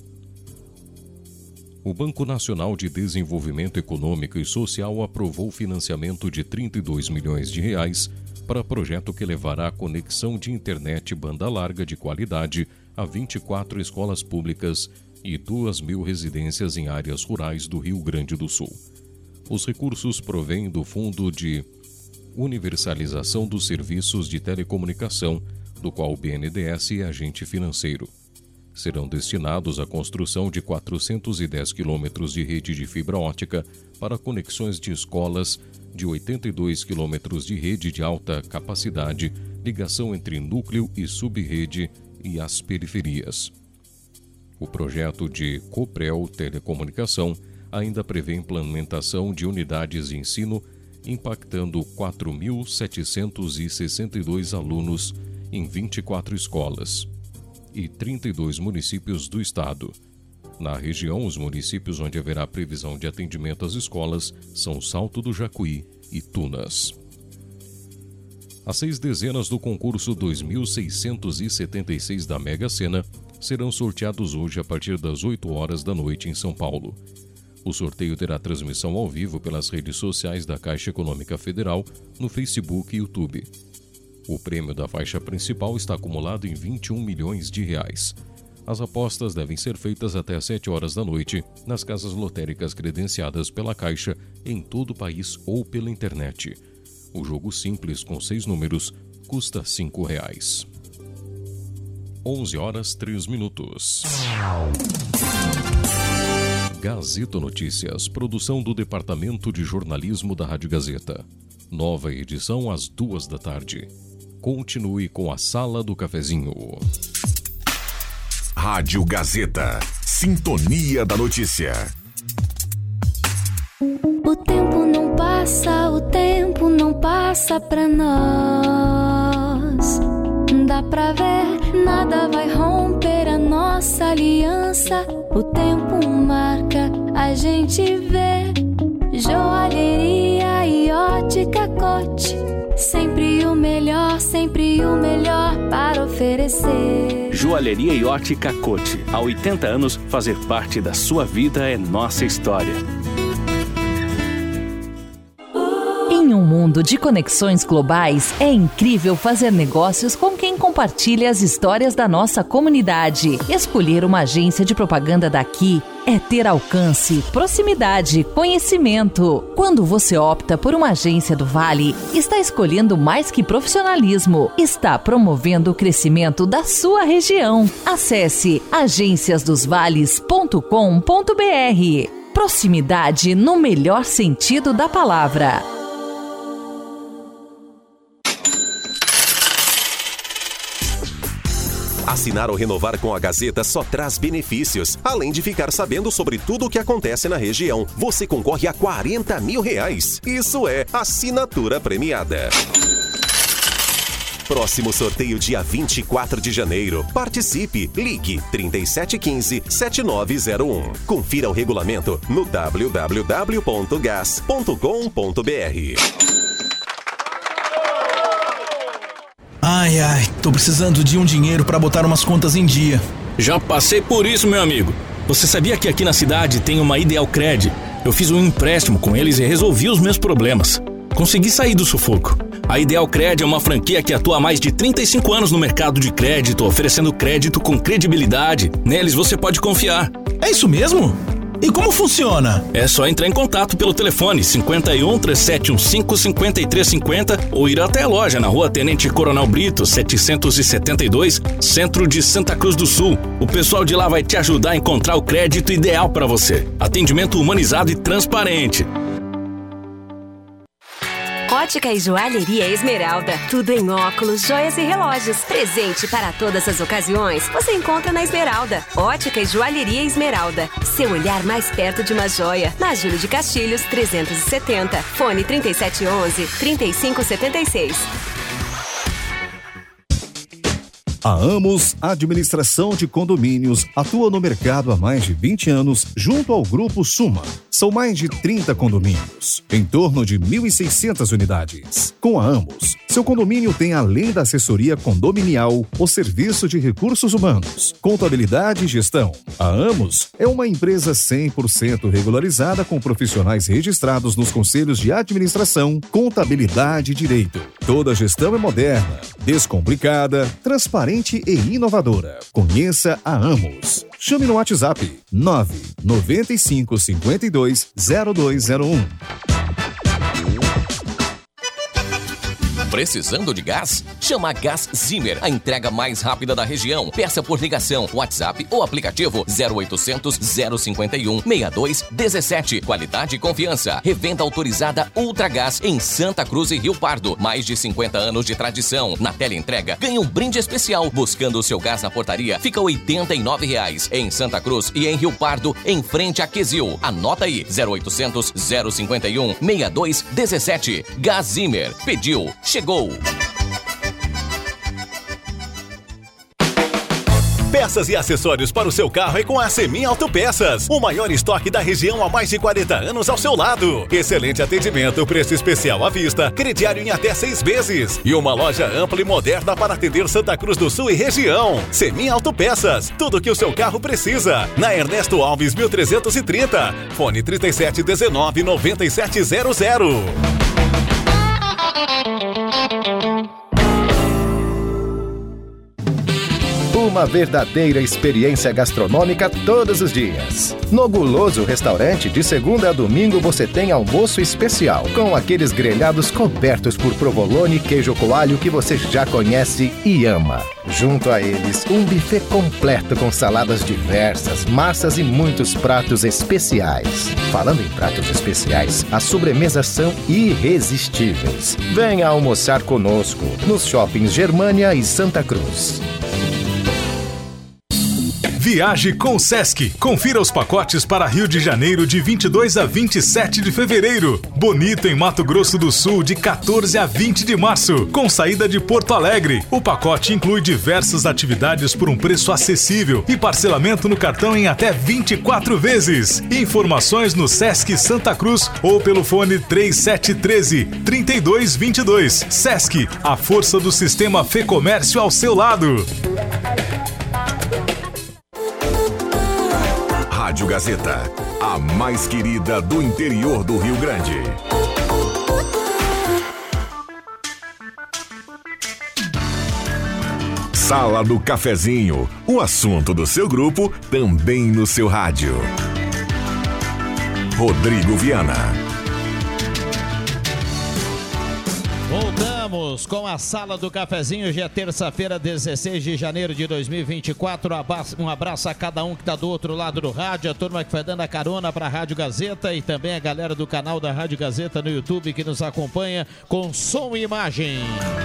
O Banco Nacional de Desenvolvimento Econômico e Social aprovou o financiamento de trinta e dois milhões de reais para projeto que levará a conexão de internet banda larga de qualidade a vinte e quatro escolas públicas e duas mil residências em áreas rurais do Rio Grande do Sul. Os recursos provêm do Fundo de Universalização dos Serviços de Telecomunicação, do qual o B N D E S é agente financeiro. Serão destinados à construção de quatrocentos e dez quilômetros de rede de fibra ótica para conexões de escolas, de oitenta e dois quilômetros de rede de alta capacidade, ligação entre núcleo e subrede e as periferias. O projeto de Coprel Telecomunicação ainda prevê implementação de unidades de ensino impactando quatro mil setecentos e sessenta e dois alunos em vinte e quatro escolas e trinta e dois municípios do estado. Na região, os municípios onde haverá previsão de atendimento às escolas são Salto do Jacuí e Tunas. As seis dezenas do concurso dois mil seiscentos e setenta e seis da Mega Sena serão sorteados hoje a partir das oito horas da noite em São Paulo. O sorteio terá transmissão ao vivo pelas redes sociais da Caixa Econômica Federal, no Facebook e YouTube. O prêmio da faixa principal está acumulado em vinte e um milhões de reais. As apostas devem ser feitas até às sete horas da noite nas casas lotéricas credenciadas pela Caixa em todo o país ou pela internet. O jogo simples com seis números custa cinco reais. onze horas três minutos. Gazeta Notícias, produção do Departamento de Jornalismo da Rádio Gazeta. Nova edição às duas da tarde. Continue com a Sala do Cafezinho. Rádio Gazeta. Sintonia da Notícia. O tempo não passa, o tempo não passa pra nós. Dá pra ver, nada vai romper a nossa aliança. O tempo marca, a gente vê. Joalheria e ótica Cote. Sempre o melhor, sempre o melhor para oferecer. Joalheria e ótica Cote. Há oitenta anos, fazer parte da sua vida é nossa história. Em um mundo de conexões globais, é incrível fazer negócios com quem compartilha as histórias da nossa comunidade. Escolher uma agência de propaganda daqui é ter alcance, proximidade, conhecimento. Quando você opta por uma agência do Vale, está escolhendo mais que profissionalismo, está promovendo o crescimento da sua região. Acesse agências dos vales ponto com ponto br. Proximidade no melhor sentido da palavra. Assinar ou renovar com a Gazeta só traz benefícios. Além de ficar sabendo sobre tudo o que acontece na região, você concorre a quarenta mil reais. Isso é assinatura premiada. Próximo sorteio dia vinte e quatro de janeiro. Participe. Ligue trinta e sete quinze, setenta e nove zero um. Confira o regulamento no w w w ponto gas ponto com ponto br. Ai, ai, tô precisando de um dinheiro pra botar umas contas em dia. Já passei por isso, meu amigo. Você sabia que aqui na cidade tem uma Ideal Cred? Eu fiz um empréstimo com eles e resolvi os meus problemas. Consegui sair do sufoco. A Ideal Cred é uma franquia que atua há mais de trinta e cinco anos no mercado de crédito, oferecendo crédito com credibilidade. Neles você pode confiar. É isso mesmo? E como funciona? É só entrar em contato pelo telefone cinquenta e um, três sete um cinco, cinquenta e três cinquenta ou ir até a loja na Rua Tenente Coronel Brito, setecentos e setenta e dois, centro de Santa Cruz do Sul. O pessoal de lá vai te ajudar a encontrar o crédito ideal para você. Atendimento humanizado e transparente. Ótica e Joalheria Esmeralda. Tudo em óculos, joias e relógios. Presente para todas as ocasiões. Você encontra na Esmeralda. Ótica e Joalheria Esmeralda. Seu olhar mais perto de uma joia. Na Júlio de Castilhos, trezentos e setenta. Fone trinta e sete onze, trinta e cinco setenta e seis. A Amos Administração de Condomínios atua no mercado há mais de vinte anos junto ao Grupo Suma. São mais de trinta condomínios, em torno de mil e seiscentas unidades. Com a Amos, seu condomínio tem, além da assessoria condominial, o serviço de recursos humanos, contabilidade e gestão. A Amos é uma empresa cem por cento regularizada com profissionais registrados nos conselhos de administração, contabilidade e direito. Toda a gestão é moderna, descomplicada, transparente e inovadora. Conheça a Amos. Chame no WhatsApp nove nove cinco cinco dois zero dois zero um. Precisando de gás? Chama a Gás Zimmer, a entrega mais rápida da região. Peça por ligação, WhatsApp ou aplicativo zero oitocentos, zero cinquenta e um, sessenta e dois dezessete. Qualidade e confiança. Revenda autorizada Ultragás em Santa Cruz e Rio Pardo. Mais de cinquenta anos de tradição. Na teleentrega, ganha um brinde especial. Buscando o seu gás na portaria, fica oitenta e nove reais. Em Santa Cruz e em Rio Pardo, em frente a Quesil. Anota aí, zero oitocentos, zero cinquenta e um, sessenta e dois dezessete. Gás Zimmer. Pediu, chegou. Peças e acessórios para o seu carro é com a Semin Autopeças. O maior estoque da região há mais de quarenta anos ao seu lado. Excelente atendimento, preço especial à vista, crediário em até seis vezes. E uma loja ampla e moderna para atender Santa Cruz do Sul e região. Semin Autopeças, tudo que o seu carro precisa. Na Ernesto Alves, mil trezentos e trinta. Fone trinta e sete, dezenove, noventa e sete zero zero. Uma verdadeira experiência gastronômica todos os dias. No Guloso Restaurante, de segunda a domingo, você tem almoço especial, com aqueles grelhados cobertos por provolone e queijo coalho que você já conhece e ama. Junto a eles, um buffet completo com saladas diversas, massas e muitos pratos especiais. Falando em pratos especiais, as sobremesas são irresistíveis. Venha almoçar conosco, nos shoppings Germânia e Santa Cruz. Viaje com o Sesc. Confira os pacotes para Rio de Janeiro de vinte e dois a vinte e sete de fevereiro. Bonito em Mato Grosso do Sul de quatorze a vinte de março, com saída de Porto Alegre. O pacote inclui diversas atividades por um preço acessível e parcelamento no cartão em até vinte e quatro vezes. Informações no Sesc Santa Cruz ou pelo fone três sete um três, três dois dois dois. Sesc, a força do sistema Fê Comércio ao seu lado. Rádio Gazeta, a mais querida do interior do Rio Grande. Sala do Cafezinho, o assunto do seu grupo também no seu rádio. Rodrigo Viana. Voltamos com a Sala do Cafezinho. Hoje é terça-feira, dezesseis de janeiro de dois mil e vinte e quatro. Um abraço a cada um que está do outro lado do rádio, a turma que foi dando a carona para a Rádio Gazeta e também a galera do canal da Rádio Gazeta no YouTube que nos acompanha com som e imagem.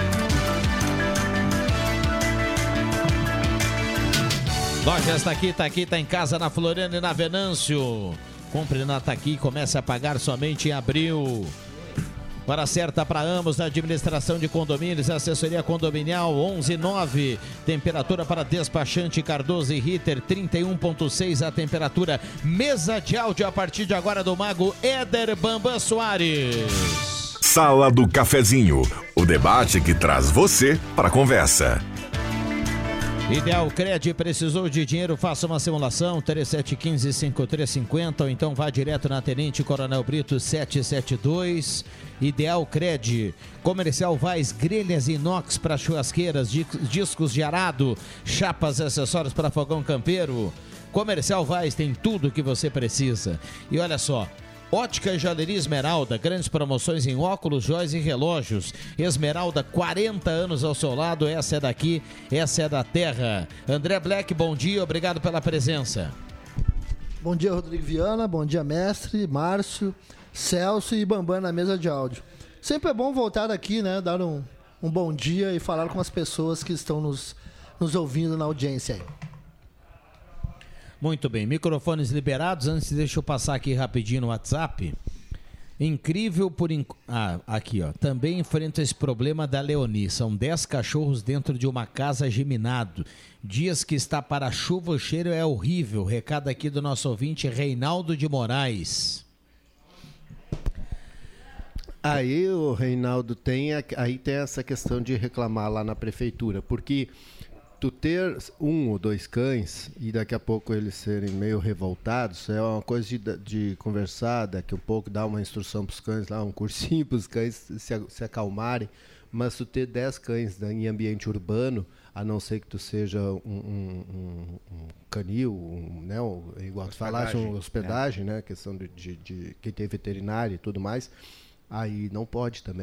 Loja está aqui, está aqui, está em casa na Floriano e na Venâncio. Compre na Taqui e comece a pagar somente em abril. Hora certa para Amos, da administração de condomínios, assessoria condominial onze nove. Temperatura para despachante Cardoso e Ritter trinta e um ponto seis a temperatura. Mesa de áudio a partir de agora do mago Éder Bambam Soares. Sala do Cafezinho, o debate que traz você para a conversa. Ideal Cred, precisou de dinheiro, faça uma simulação, três sete um cinco, cinco três cinco zero, ou então vá direto na Tenente Coronel Brito setecentos e setenta e dois. Ideal Cred, Comercial Vaz, grelhas inox para churrasqueiras, discos de arado, chapas e acessórios para fogão campeiro. Comercial Vaz tem tudo o que você precisa. E olha só, Ótica e Joalheria Esmeralda, grandes promoções em óculos, joias e relógios. Esmeralda, quarenta anos ao seu lado, essa é daqui, essa é da terra. André Black, bom dia, obrigado pela presença. Bom dia, Rodrigo Viana, bom dia, mestre, Márcio, Celso e Bambam na mesa de áudio. Sempre é bom voltar aqui, né, dar um, um bom dia e falar com as pessoas que estão nos, nos ouvindo na audiência aí. Muito bem, microfones liberados. Antes, deixa eu passar aqui rapidinho no WhatsApp. Incrível por... Inc... Ah, aqui, ó. Também enfrenta esse problema da Leoni. São dez cachorros dentro de uma casa geminado. Dias que está para chuva, o cheiro é horrível. Recado aqui do nosso ouvinte, Reinaldo de Moraes. Aí o Reinaldo tem, aí tem essa questão de reclamar lá na prefeitura, porque... tu ter um ou dois cães e daqui a pouco eles serem meio revoltados é uma coisa de, de conversar, daqui a pouco dar uma instrução para os cães lá, um cursinho para os cães se, se acalmarem, mas tu ter dez cães, né, em ambiente urbano, a não ser que tu seja um, um, um, um canil, um, né, um, igual tu falaste, uma hospedagem, é. né, questão de, de, de quem tem veterinário e tudo mais, aí não pode também, né?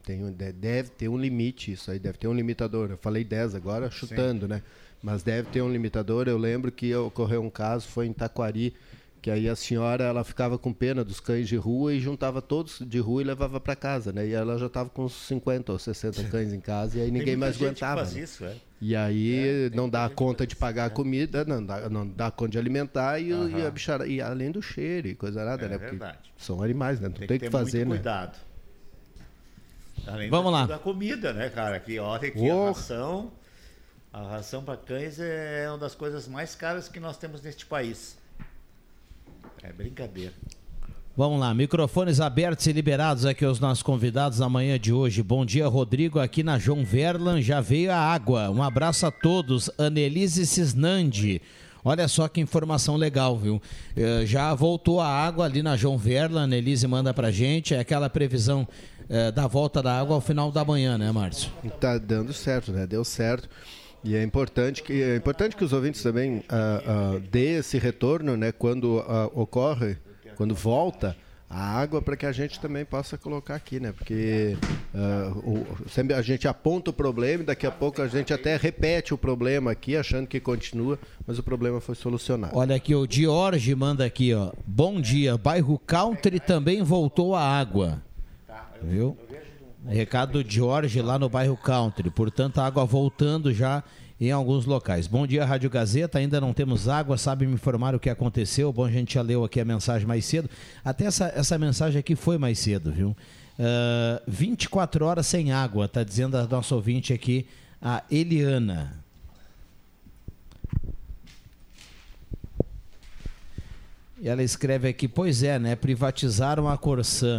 Tem, deve ter um limite isso aí, deve ter um limitador. Eu falei dez agora, chutando, Sim. né? Mas deve ter um limitador. Eu lembro que ocorreu um caso, foi em Taquari, que aí a senhora ela ficava com pena dos cães de rua e juntava todos de rua e levava para casa, né? E ela já estava com uns cinquenta ou sessenta cães em casa e aí ninguém mais aguentava. Faz isso, é. E aí é, não dá conta de pagar a comida, não dá, não dá conta de alimentar e, uhum. e, a bichara, e além do cheiro e coisa nada, é, né? Porque verdade. São animais, né? Não tem, tem que, que fazer, muito né? Cuidado. Além Vamos lá. Da comida, né, cara? Que olha que oh. a ração, a ração para cães é uma das coisas mais caras que nós temos neste país. É brincadeira. Vamos lá, microfones abertos e liberados aqui aos nossos convidados na manhã de hoje. Bom dia, Rodrigo, aqui na João Verlan, já veio a água. Um abraço a todos. Anelise Cisnandi. Olha só que informação legal, viu? Uh, já voltou a água ali na João Verlan, a Anelise manda pra gente, é aquela previsão uh, da volta da água ao final da manhã, né, Márcio? Tá dando certo, né? Deu certo. E é importante que, é importante que os ouvintes também uh, uh, dê esse retorno, né, quando uh, ocorre, quando volta a água, para que a gente também possa colocar aqui, né? Porque uh, o, sempre a gente aponta o problema e daqui a pouco a gente até repete o problema aqui, achando que continua, mas o problema foi solucionado. Olha aqui, o Diorge manda aqui, ó. Bom dia, bairro Country também voltou a água. Viu? Recado do Jorge lá no bairro Country. Portanto, a água voltando já em alguns locais. Bom dia, Rádio Gazeta. Ainda não temos água. Sabe me informar o que aconteceu? Bom, a gente já leu aqui a mensagem mais cedo. Até essa, essa mensagem aqui foi mais cedo, viu? Uh, vinte e quatro horas sem água, tá dizendo a nossa ouvinte aqui, a Eliana. E ela escreve aqui, pois é, né? Privatizaram a Corsã.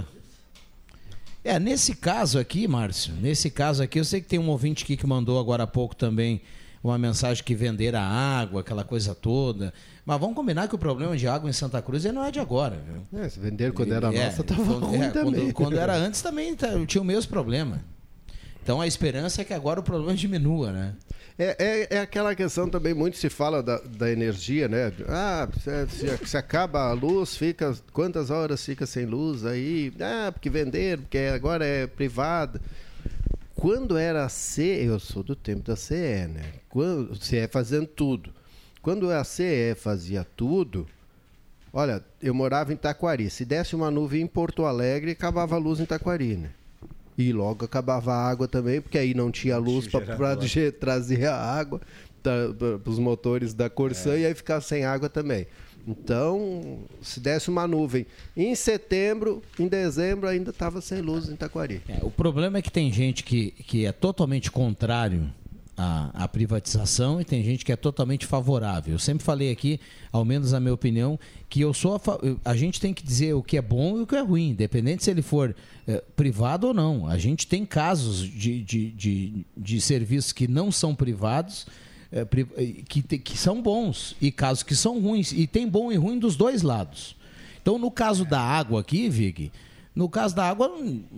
É, nesse caso aqui, Márcio, nesse caso aqui, eu sei que tem um ouvinte aqui que mandou agora há pouco também uma mensagem que venderam a água, aquela coisa toda. Mas vamos combinar que o problema de água em Santa Cruz ele não é de agora, viu? É, se vender quando era é, nossa, estava ruim é, também. Quando, quando era antes também tinha o mesmo problema. Então a esperança é que agora o problema diminua, né? É, é, é aquela questão também, muito se fala da, da energia, né? Ah, se, se acaba a luz, fica quantas horas fica sem luz aí? Ah, porque venderam, porque agora é privado. Quando era a C E, eu sou do tempo da C E, né? Quando, C E fazendo tudo. Quando a C E fazia tudo, olha, eu morava em Taquari. Se desse uma nuvem em Porto Alegre, acabava a luz em Taquari, né? E logo acabava a água também, porque aí não tinha luz para trazer a água para os motores da Corsã é. E aí ficava sem água também. Então, se desse uma nuvem em setembro, em dezembro ainda estava sem luz em Taquari. É, o problema é que tem gente que, que é totalmente contrário à, à privatização e tem gente que é totalmente favorável. Eu sempre falei aqui, ao menos a minha opinião, que eu sou a, fa... a gente tem que dizer o que é bom e o que é ruim, independente se ele for é, privado ou não. A gente tem casos de, de, de, de serviços que não são privados, é, que, te, que são bons, e casos que são ruins, e tem bom e ruim dos dois lados. Então, no caso da água aqui, Vig, no caso da água...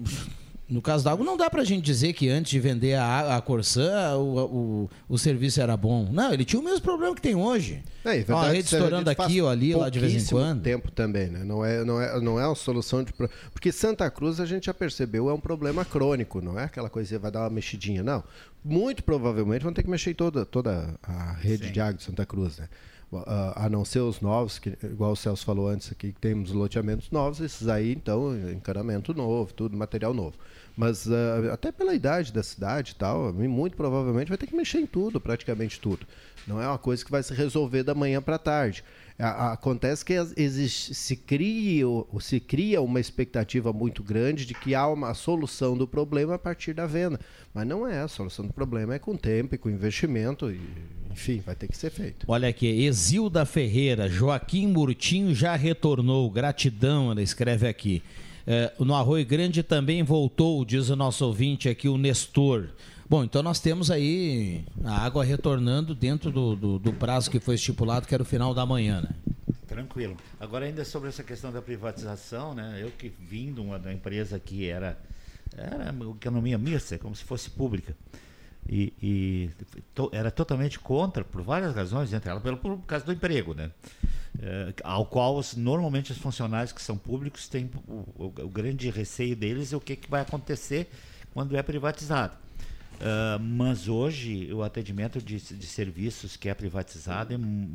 No caso da água, não dá pra gente dizer que antes de vender a, a Corsã, o, o, o serviço era bom. Não, ele tinha o mesmo problema que tem hoje. É, verdade, a rede estourando aqui ou ali, lá de vez em quando. Tempo também, né? Não é, não é, não é uma solução de... Porque Santa Cruz, a gente já percebeu, é um problema crônico, não é aquela coisa que vai dar uma mexidinha, não. Muito provavelmente vão ter que mexer em toda, toda a rede Sim. de água de Santa Cruz, né? Uh, a não ser os novos, que, igual o Celso falou antes aqui, que temos loteamentos novos, esses aí, então, encanamento novo, tudo, material novo. Mas uh, até pela idade da cidade e tal, muito provavelmente vai ter que mexer em tudo, praticamente tudo. Não é uma coisa que vai se resolver da manhã para a tarde. A, a, acontece que existe, se, cria, se cria uma expectativa muito grande de que há uma solução do problema a partir da venda. Mas não é, a solução do problema é com tempo e com investimento, e, enfim, vai ter que ser feito. Olha aqui, Exilda Ferreira, Joaquim Murtinho já retornou, gratidão, ela escreve aqui. É, no Arroio Grande também voltou, diz o nosso ouvinte aqui, o Nestor. Bom, então nós temos aí a água retornando dentro do, do, do prazo que foi estipulado, que era o final da manhã, né? Tranquilo. Agora, ainda sobre essa questão da privatização, né? Eu que vim de uma da empresa que era, era economia mista, como se fosse pública. E, e to, era totalmente contra, por várias razões, entre elas, pelo, por causa do emprego, né? É, ao qual os, normalmente os funcionários que são públicos têm o, o, o grande receio deles é o que, que vai acontecer quando é privatizado. Uh, mas hoje o atendimento de, de serviços que é privatizado é,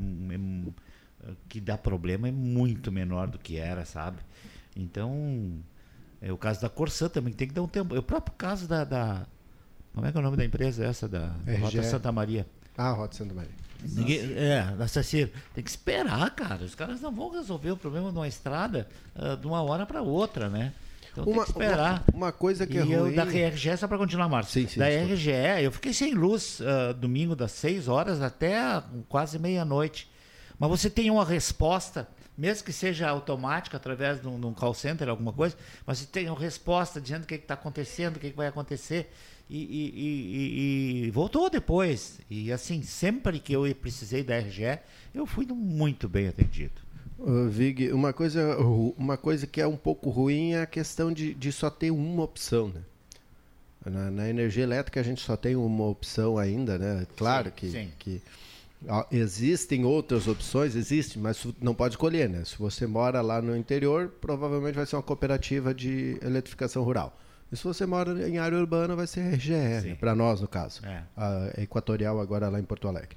é, que dá problema é muito menor do que era, sabe? Então, é o caso da Corsã também tem que dar um tempo. É o próprio caso da, da como é que é o nome da empresa essa da Rota Santa Maria? Ah, Rota Santa Maria. Ninguém, é, da Sacir. Tem que esperar, cara. Os caras não vão resolver o problema de uma estrada uh, de uma hora para outra, né? Então uma, tem que esperar. Uma, uma coisa que e é ruim... eu, da R G E, só para continuar, Márcio. Sim, sim, da desculpa. R G E, eu fiquei sem luz uh, domingo das seis horas até quase meia-noite. Mas você tem uma resposta, mesmo que seja automática, através de um, de um call center, alguma coisa, mas você tem uma resposta dizendo o que está acontecendo, o que, que vai acontecer. E, e, e, e voltou depois. E assim, sempre que eu precisei da R G E, eu fui muito bem atendido. Uh, Vig, uma coisa, uma coisa que é um pouco ruim é a questão de, de só ter uma opção, né? Na, na energia elétrica a gente só tem uma opção ainda, né? Claro sim, que, sim. que ó, existem outras opções, existem, mas não pode escolher, né? Se você mora lá no interior, provavelmente vai ser uma cooperativa de eletrificação rural. E se você mora em área urbana, vai ser R G E, né? Para nós, no caso. É. A Equatorial agora lá em Porto Alegre.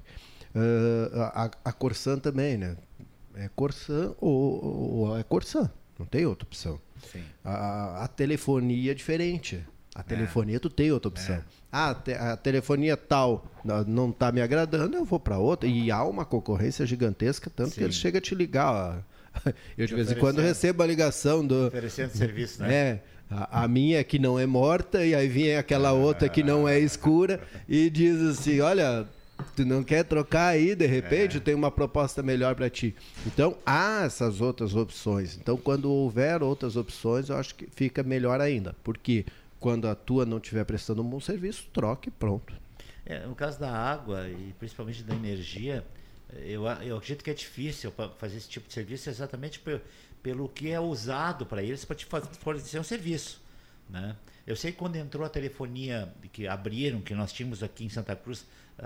Uh, a, a Corsã também, né? É Corsã ou, ou é Corsã, não tem outra opção. Sim. A, a telefonia é diferente. A telefonia é. tu tem outra opção. É. Ah, te, a telefonia tal não está me agradando, eu vou para outra. E há uma concorrência gigantesca, tanto Sim. que ele chega a te ligar. Ó. Eu de vez em quando recebo a ligação do... Oferecendo serviço, né? É. A, a minha que não é morta e aí vem aquela outra que não é escura e diz assim, olha... Tu não quer trocar aí, de repente, é. tem uma proposta melhor para ti. Então, há essas outras opções. Então, quando houver outras opções, eu acho que fica melhor ainda. Porque quando a tua não estiver prestando um bom serviço, troque e pronto. É, no caso da água e principalmente da energia, eu, eu acredito que é difícil fazer esse tipo de serviço exatamente pelo, pelo que é usado para eles para te fornecer um serviço, né? Eu sei que quando entrou a telefonia que abriram, que nós tínhamos aqui em Santa Cruz,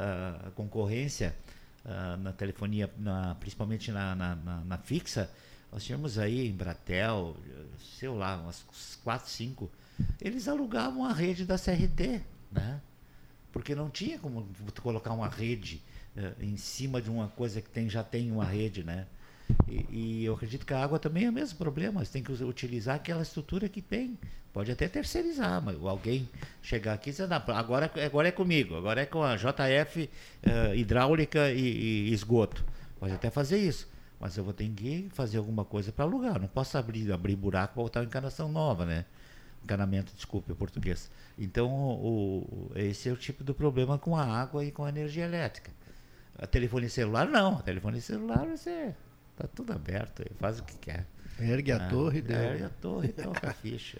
a uh, concorrência uh, na telefonia, na, principalmente na, na, na, na fixa, nós tínhamos aí em Bratel, sei lá, umas quatro, cinco, eles alugavam a rede da C R T, né? Porque não tinha como colocar uma rede uh, em cima de uma coisa que tem, já tem uma rede, né? E, e eu acredito que a água também é o mesmo problema, você tem que utilizar aquela estrutura que tem. Pode até terceirizar, mas alguém chegar aqui e dizer, não, agora, agora é comigo, agora é com a J F uh, hidráulica e, e esgoto. Pode até fazer isso, mas eu vou ter que fazer alguma coisa para alugar. Não posso abrir, abrir buraco para botar uma encanação nova, né? Encanamento, desculpe, em português. Então, o, esse é o tipo do problema com a água e com a energia elétrica. A telefonia celular, não. A telefonia celular, você está tudo aberto, faz o que quer. Ergue a ah, torre e deu. Ergue a torre e toca a ficha.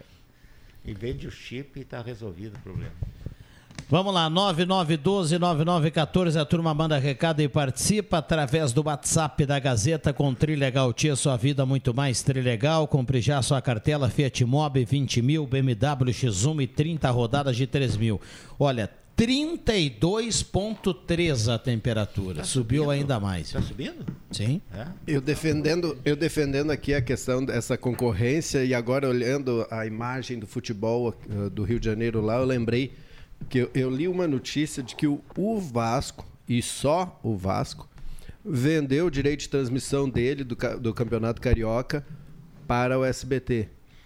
E vende o chip e está resolvido o problema. Vamos lá, nove nove um dois, nove nove um quatro, a turma manda recado e participa através do WhatsApp da Gazeta com Trilegal Tia, sua vida muito mais Trilegal. Compre já sua cartela Fiat Mobi vinte mil, B M W X um e trinta rodadas de três mil. Olha, trinta e dois vírgula três a temperatura, tá subiu subindo? Ainda mais. Está subindo? Sim. É? Eu defendendo, eu defendendo aqui a questão dessa concorrência e agora olhando a imagem do futebol uh, do Rio de Janeiro lá, eu lembrei que eu, eu li uma notícia de que o, o Vasco, e só o Vasco, vendeu o direito de transmissão dele do, do Campeonato Carioca para o S B T.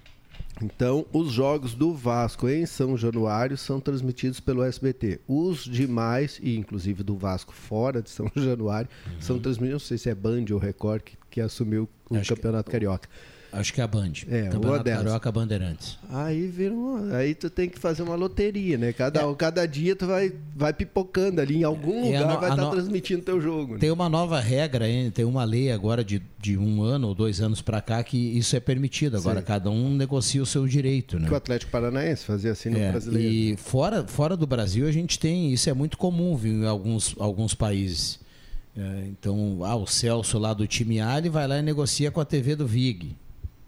Então, os jogos do Vasco em São Januário são transmitidos pelo S B T. Os demais, e inclusive do Vasco fora de São Januário, uhum. são transmitidos, não sei se é Band ou Record que, que assumiu o Acho Campeonato que, Carioca. Acho que é a Band. É, Campeonato Carioca Bandeirantes. Aí viram, aí tu tem que fazer uma loteria, né? Cada, é. cada dia tu vai, vai pipocando ali, em algum é, lugar no, vai estar tá no... transmitindo teu jogo. Né? Tem uma nova regra, hein? Tem uma lei agora de, de um ano ou dois anos para cá que isso é permitido. Agora Sim. cada um negocia o seu direito, né? Que o Atlético Paranaense fazia assim no é, brasileiro. E fora, fora do Brasil a gente tem, isso é muito comum viu, em alguns, alguns países. É, então, ah, o Celso lá do time A, ele vai lá e negocia com a T V do Vig.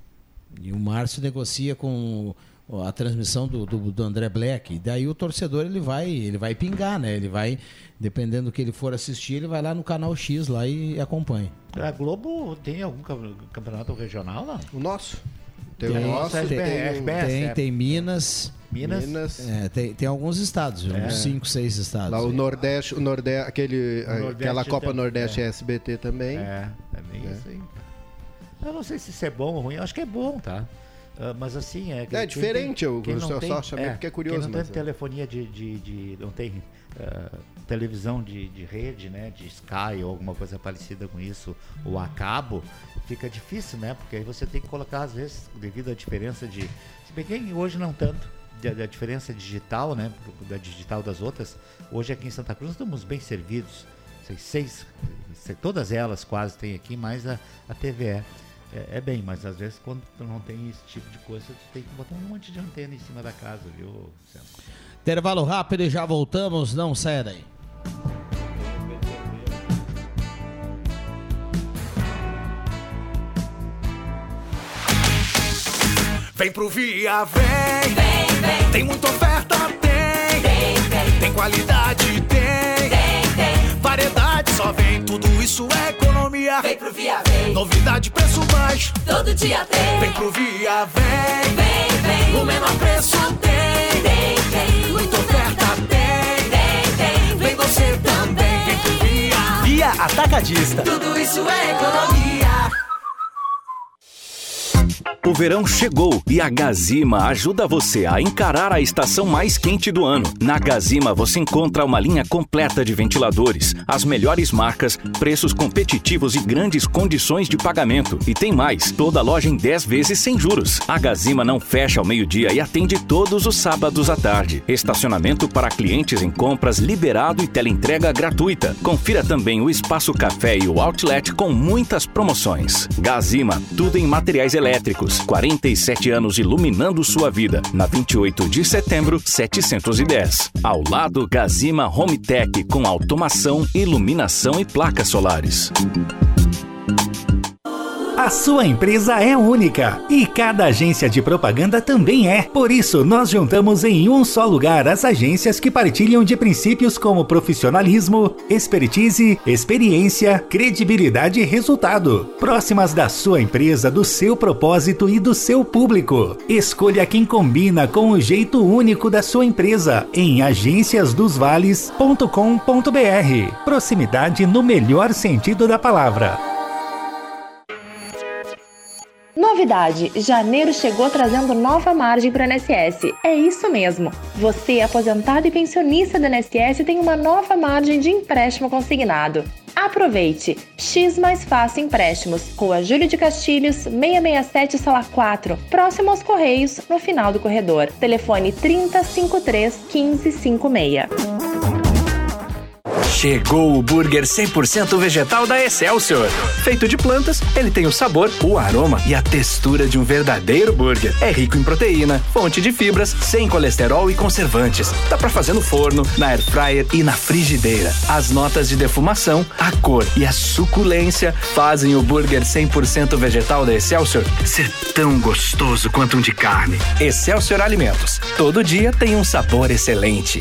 E o Márcio negocia com a transmissão do, do, do André Black. E daí o torcedor ele vai, ele vai pingar, né? Ele vai, dependendo do que ele for assistir, ele vai lá no canal X lá e acompanha. A Globo tem algum campeonato regional lá? O nosso. Tem, tem o nosso, tem, tem, tem, tem Minas. Minas. Minas. É, tem, tem alguns estados, viu? É. Uns cinco, seis estados. Lá o Nordeste, o Nordeste, aquele, O Nordeste aquela Copa tem- Nordeste é. S B T também. É, é bem É. isso aí. Eu não sei se isso é bom ou ruim, eu acho que é bom, tá? Ah, mas assim, é... quem diferente, eu- quem eu não só tem- chamei porque é curioso, Quem não mas tem é. telefonia de... de, de não tem ah, televisão de, de rede, né? De Sky ou alguma coisa parecida com isso, ou a cabo, fica difícil, né? Porque aí você tem que colocar, às vezes, devido à diferença de... Se bem que hoje não tanto, da, da diferença digital, né? Da digital das outras, hoje aqui em Santa Cruz estamos bem servidos. Seis, seis, todas elas quase tem aqui, mais a, a T V E. É, é bem, mas às vezes quando tu não tem esse tipo de coisa, tu tem que botar um monte de antena em cima da casa, viu, Celso? Intervalo rápido e já voltamos, não saia daí. Vem pro Via, vem. Vem, vem. Tem muita oferta, tem. Tem, tem. Tem qualidade, tem. Tem, tem. Variedade, só vem. Tudo isso é economia. Vem pro Via, vem. Novidade, preço baixo. Todo dia tem. Vem pro Via, vem. Vem, vem. O menor preço tem. Tem, tem. Muita oferta, tem. Tem, tem. Vem você também. Vem pro Via. Via Atacadista. Tudo isso é economia. O verão chegou e a Gazima ajuda você a encarar a estação mais quente do ano. Na Gazima você encontra uma linha completa de ventiladores, as melhores marcas, preços competitivos e grandes condições de pagamento. E tem mais, toda loja em dez vezes sem juros. A Gazima não fecha ao meio-dia e atende todos os sábados à tarde. Estacionamento para clientes em compras liberado e teleentrega gratuita. Confira também o Espaço Café e o Outlet com muitas promoções. Gazima, tudo em materiais elétricos. quarenta e sete anos iluminando sua vida. Na vinte e oito de setembro, setecentos e dez. Ao lado, Gazima Home Tech com automação, iluminação e placas solares. A sua empresa é única e cada agência de propaganda também é. Por isso, nós juntamos em um só lugar as agências que partilham de princípios como profissionalismo, expertise, experiência, credibilidade e resultado. Próximas da sua empresa, do seu propósito e do seu público. Escolha quem combina com o jeito único da sua empresa em agências dos vales ponto com ponto br. Proximidade no melhor sentido da palavra. Novidade, janeiro chegou trazendo nova margem para o I N S S. É isso mesmo. Você, aposentado e pensionista do I N S S, tem uma nova margem de empréstimo consignado. Aproveite! X Mais Fácil Empréstimos, Rua Júlio de Castilhos, seiscentos e sessenta e sete, sala quatro, próximo aos Correios, no final do corredor. Telefone trinta, cinquenta e três, quinze, cinquenta e seis. Chegou o burger cem por cento vegetal da Excelsior. Feito de plantas, ele tem o sabor, o aroma e a textura de um verdadeiro burger. É rico em proteína, fonte de fibras, sem colesterol e conservantes. Dá pra fazer no forno, na air fryer e na frigideira. As notas de defumação, a cor e a suculência fazem o burger cem por cento vegetal da Excelsior ser tão gostoso quanto um de carne. Excelsior Alimentos. Todo dia tem um sabor excelente.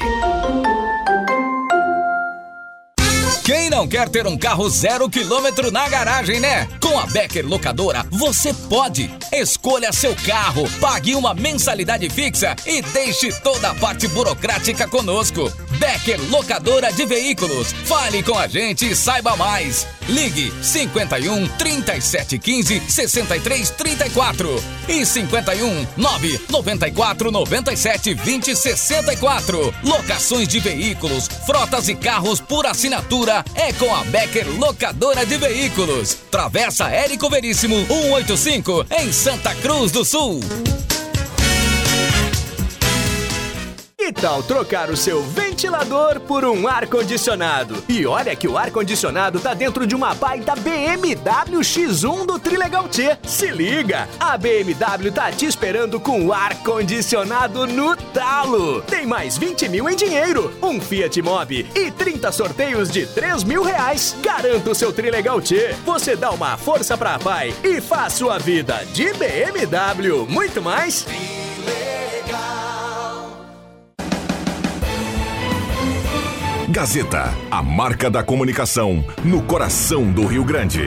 Quem não quer ter um carro zero quilômetro na garagem, né? Com a Becker Locadora, você pode. Escolha seu carro, pague uma mensalidade fixa e deixe toda a parte burocrática conosco. Becker Locadora de Veículos. Fale com a gente e saiba mais. Ligue cinquenta e um, trinta e sete, quinze, sessenta e três, trinta e quatro e cinquenta e um, nove, noventa e quatro, noventa e sete, vinte, sessenta e quatro. Locações de veículos, frotas e carros por assinatura é com a Becker Locadora de Veículos. Travessa Érico Veríssimo cento e oitenta e cinco, em Santa Cruz do Sul. Que tal trocar o seu ventilador por um ar-condicionado? E olha que o ar-condicionado tá dentro de uma baita B M W X um do Trilegal T. Se liga! A B M W tá te esperando com o ar-condicionado no talo. Tem mais vinte mil em dinheiro, um Fiat Mobi e trinta sorteios de três mil reais. Garanta o seu Trilegal T. Você dá uma força pra pai e faz sua vida de B M W. Muito mais... Gazeta, a marca da comunicação no coração do Rio Grande.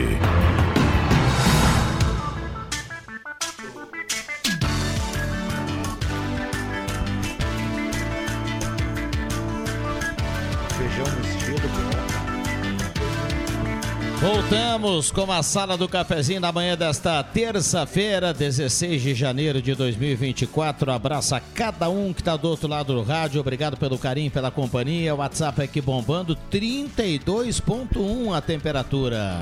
Voltamos com a Sala do Cafezinho na manhã desta terça-feira, dezesseis de janeiro de dois mil e vinte e quatro. Abraço a cada um que está do outro lado do rádio. Obrigado pelo carinho, pela companhia. O WhatsApp aqui bombando, trinta e dois ponto um a temperatura.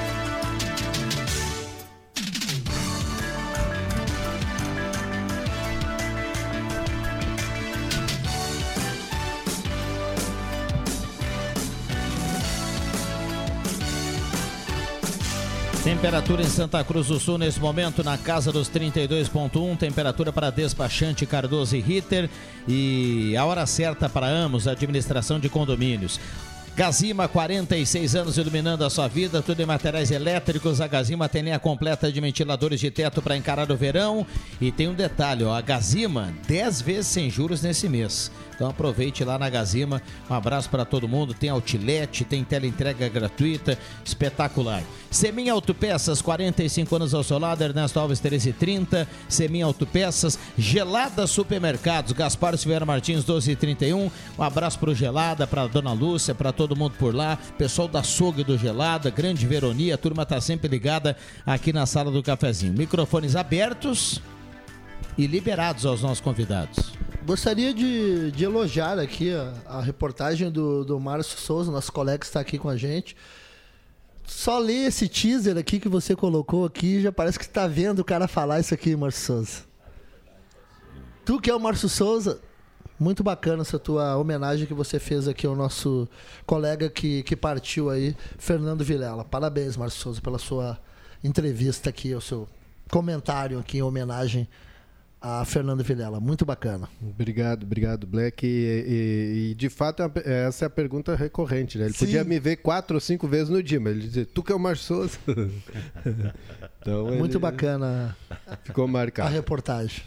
Temperatura em Santa Cruz do Sul nesse momento na casa dos trinta e dois ponto um, temperatura para despachante Cardoso e Ritter e a hora certa para Amos, administração de condomínios. Gazima, quarenta e seis anos iluminando a sua vida, tudo em materiais elétricos. A Gazima tem linha completa de ventiladores de teto para encarar o verão. E tem um detalhe, ó, a Gazima, dez vezes sem juros nesse mês. Então aproveite lá na Gazima. Um abraço para todo mundo. Tem outlet, tem teleentrega gratuita, espetacular. Semin Autopeças, quarenta e cinco anos ao seu lado, Ernesto Alves treze trinta. Semin Autopeças, Gelada Supermercados, Gaspar Silveira Martins doze trinta e um. Um abraço para o Gelada, para Dona Lúcia, para todo mundo por lá. Pessoal da Açougue do Gelada, Grande Veronia, a turma está sempre ligada aqui na Sala do Cafezinho. Microfones abertos e liberados aos nossos convidados. Gostaria de, de elogiar aqui a, a reportagem do, do Márcio Souza, nosso colega que está aqui com a gente. Só ler esse teaser aqui que você colocou aqui, já parece que está vendo o cara falar isso aqui, Márcio Souza. Tu que é o Márcio Souza, muito bacana essa tua homenagem que você fez aqui ao nosso colega que, que partiu aí, Fernando Vilela. Parabéns, Márcio Souza, pela sua entrevista aqui, o seu comentário aqui em homenagem a Fernando Vilela, muito bacana. Obrigado, obrigado, Black. E, e, e de fato, essa é a pergunta recorrente, né? Ele Sim. podia me ver quatro ou cinco vezes no dia, mas ele dizia, tu que é o Márcio Souza. Então, muito bacana. Ficou marcado. A reportagem.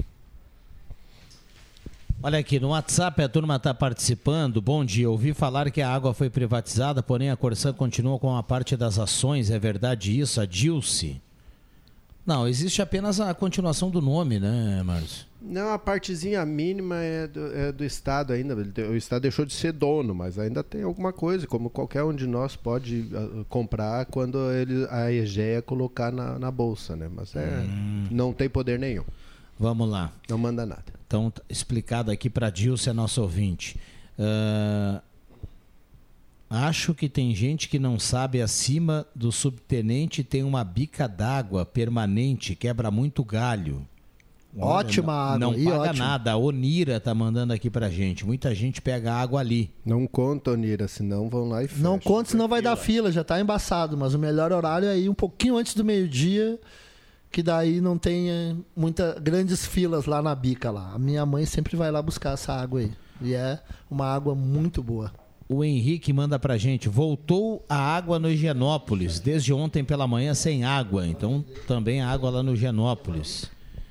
Olha aqui, no WhatsApp a turma está participando. Bom dia, ouvi falar que a água foi privatizada, porém a Corsã continua com a parte das ações. É verdade isso? A Dilce? Não, existe apenas a continuação do nome, né, Márcio? Não, a partezinha mínima é do, é do Estado ainda. O Estado deixou de ser dono, mas ainda tem alguma coisa, como qualquer um de nós pode uh, comprar quando ele, a Egea colocar na, na bolsa, né? Mas é, hum. não tem poder nenhum. Vamos lá. Não manda nada. Então, explicado aqui para a Dilce, a nossa ouvinte. Uh, acho que tem gente que não sabe, acima do subtenente tem uma bica d'água permanente, quebra muito galho. Ótima Olha, água. Não e paga ótimo. nada. A Onira tá mandando aqui pra gente. Muita gente pega água ali. Não conta, Onira, senão vão lá e fecham. Não conta, senão vai dar fila, já tá embaçado. Mas o melhor horário é ir um pouquinho antes do meio-dia, que daí não tem muitas grandes filas lá na bica lá. A minha mãe sempre vai lá buscar essa água aí. E é uma água muito boa. O Henrique manda pra gente, voltou a água no Higienópolis, desde ontem pela manhã sem água. Então também a água lá no Higienópolis.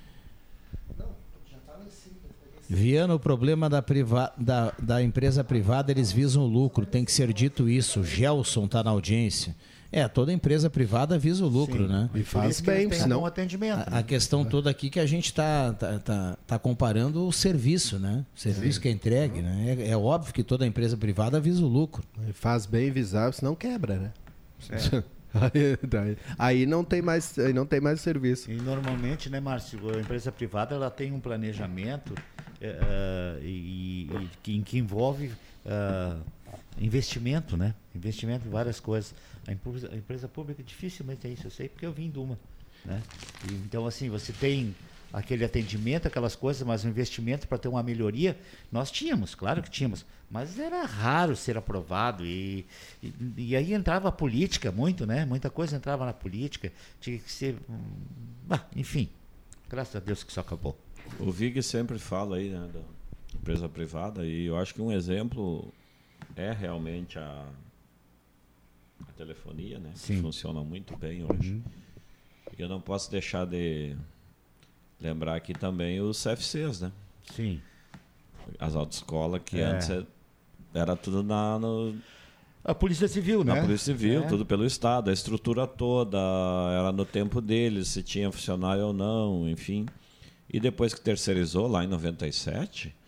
Viana, o problema da, priva... da, da empresa privada, eles visam o lucro, tem que ser dito isso. Gelson está na audiência. É, toda empresa privada visa o lucro, Sim. né? E faz bem, senão... um atendimento. A, a questão toda aqui que a gente está tá, tá, tá comparando o serviço, né? O serviço Sim. que é entregue, né? É, é óbvio que toda empresa privada visa o lucro. E faz bem visar, senão quebra, né? É. Aí, daí, aí não tem mais, aí não tem mais serviço. E normalmente, né, Márcio, a empresa privada ela tem um planejamento uh, e, e, e, em que envolve uh, investimento, né? Investimento em várias coisas. A empresa, a empresa pública dificilmente é isso, eu sei porque eu vim de uma, né? E, então, assim, você tem aquele atendimento, aquelas coisas, mas o investimento para ter uma melhoria, nós tínhamos, claro que tínhamos, mas era raro ser aprovado e, e, e aí entrava a política muito, né? Muita coisa entrava na política, tinha que ser... Hum, ah, enfim, graças a Deus que isso acabou. O Vig sempre fala aí, né, da empresa privada, e eu acho que um exemplo é realmente a, a telefonia, né? Sim. Que funciona muito bem hoje. Uhum. E eu não posso deixar de lembrar aqui também os C F Cs, né? Sim. As autoescolas que É. antes era tudo na... No, a Polícia Civil, né? Na Polícia Civil, É. tudo pelo Estado, a estrutura toda, era no tempo deles, se tinha funcionário ou não, enfim. E depois que terceirizou, lá em noventa e sete,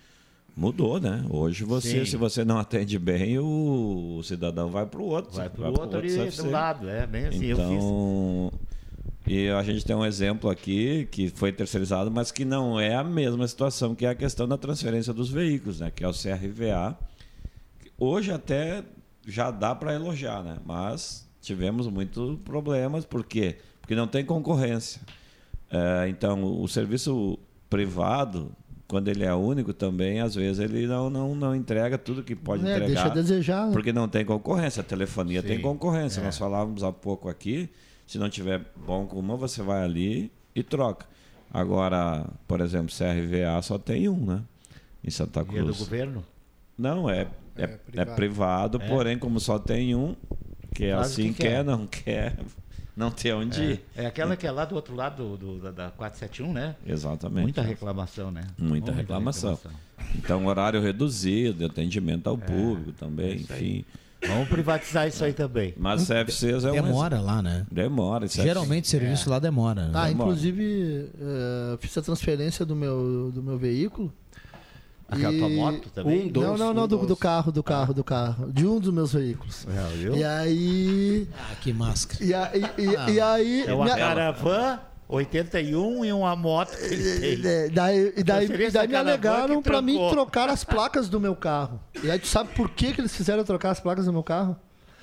Mudou, né? Hoje, você, Sim. se você não atende bem, o, o cidadão vai para o outro. Vai para o outro ali C F C. do lado, é bem assim, eu então, e a gente tem um exemplo aqui que foi terceirizado, mas que não é a mesma situação, que é a questão da transferência dos veículos, né? Que é o C R V A. Hoje até já dá para elogiar, né? Mas tivemos muitos problemas. Por quê? Porque não tem concorrência. É, então, o serviço privado, quando ele é único também, às vezes ele não, não, não entrega tudo que pode É, entregar. deixa a desejar, né? Porque não tem concorrência. A telefonia Sim, tem concorrência. é. Nós falávamos há pouco aqui, se não tiver bom com uma, você vai ali e troca. Agora, por exemplo, C R V A só tem um, né? Em Santa Cruz. E é do governo? Não, é, é, é privado. privado, É. porém, como só tem um, que é Faz o assim, que quer, quer. não quer, não tem onde ir. É, é aquela que é lá do outro lado do, do, da, da quatrocentos e setenta e um, né? Exatamente. Muita reclamação, né? Muita reclamação. Então, horário reduzido, atendimento ao público também, isso aí. enfim. Vamos privatizar isso aí também. Mas C F Cs é um Demora exemplo. lá, né? Demora. C F C. Geralmente o serviço lá demora. né? Ah, Demora. inclusive, eh, fiz a transferência do meu, do meu veículo. Aquela tua moto também? Um, dos, não, não, não, um do, dos. do carro, do carro, do carro. De um dos meus veículos. É, viu? E aí. Ah, que máscara. E, aí- e- Ah. e aí. É uma minha- Caravan oitenta e um e uma moto que ele tem. É, daí, e daí, Transferência e daí me Caravan alegaram que pra mim trancou. trocar as placas do meu carro. E aí tu sabe por que, que eles fizeram eu trocar as placas do meu carro?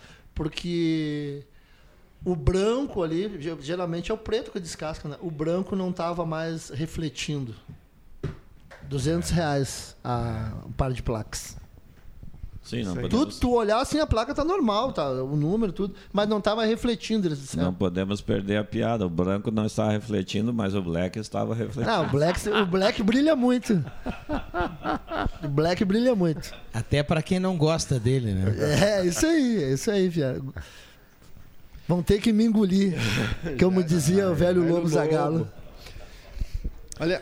Porque o branco ali, ge- geralmente é o preto que descasca, né? O branco não estava mais refletindo. duzentos reais a, um par de placas. Sim, não Tu, podemos, tu olhar assim, a placa tá normal, tá? O número, tudo, mas não tá mais refletindo, eles disseram. não podemos perder a piada. O branco não estava refletindo, mas o black estava refletindo. Não, o black, o black brilha muito. O black brilha muito. Até pra quem não gosta dele, né? É, isso aí, é isso aí, viado. Vão ter que me engolir, como dizia o velho Velho Lobo Zagalo. Olha,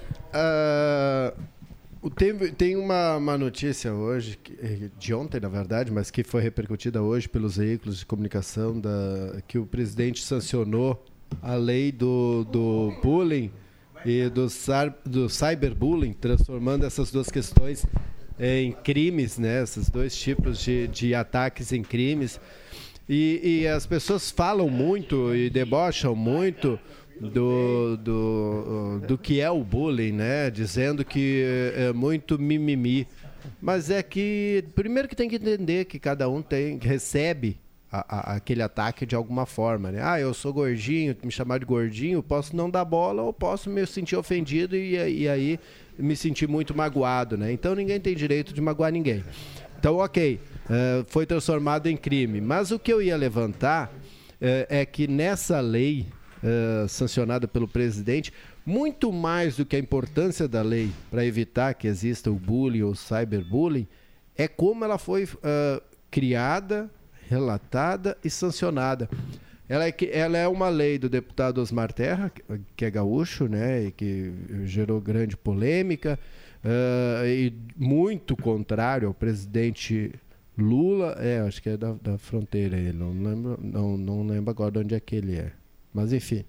ah, o tem, tem uma, uma notícia hoje, que- de ontem, na verdade, mas que foi repercutida hoje pelos veículos de comunicação, da, que o presidente sancionou a lei do, do bullying e do, sar, do cyberbullying, transformando essas duas questões em crimes, né? Esses dois tipos de, de ataques em crimes. E, e as pessoas falam muito e debocham muito do, do, do que é o bullying, né? Dizendo que é muito mimimi. Mas é que, primeiro que tem que entender que cada um tem, recebe a, a, aquele ataque de alguma forma, né? Ah, eu sou gordinho, me chamar de gordinho, posso não dar bola ou posso me sentir ofendido e, e aí me sentir muito magoado, né? Então ninguém tem direito de magoar ninguém. Então, ok, uh, foi transformado em crime. Mas o que eu ia levantar uh, é que nessa lei uh, sancionada pelo presidente, muito mais do que a importância da lei para evitar que exista o bullying ou o cyberbullying, é como ela foi uh, criada, relatada e sancionada. Ela é, que, ela é uma lei do deputado Osmar Terra, que, que é gaúcho, né, e que gerou grande polêmica, uh, e muito contrário ao presidente Lula. É, acho que é da, da fronteira ele, não lembro, não, não lembro agora de onde é que ele é. Mas enfim.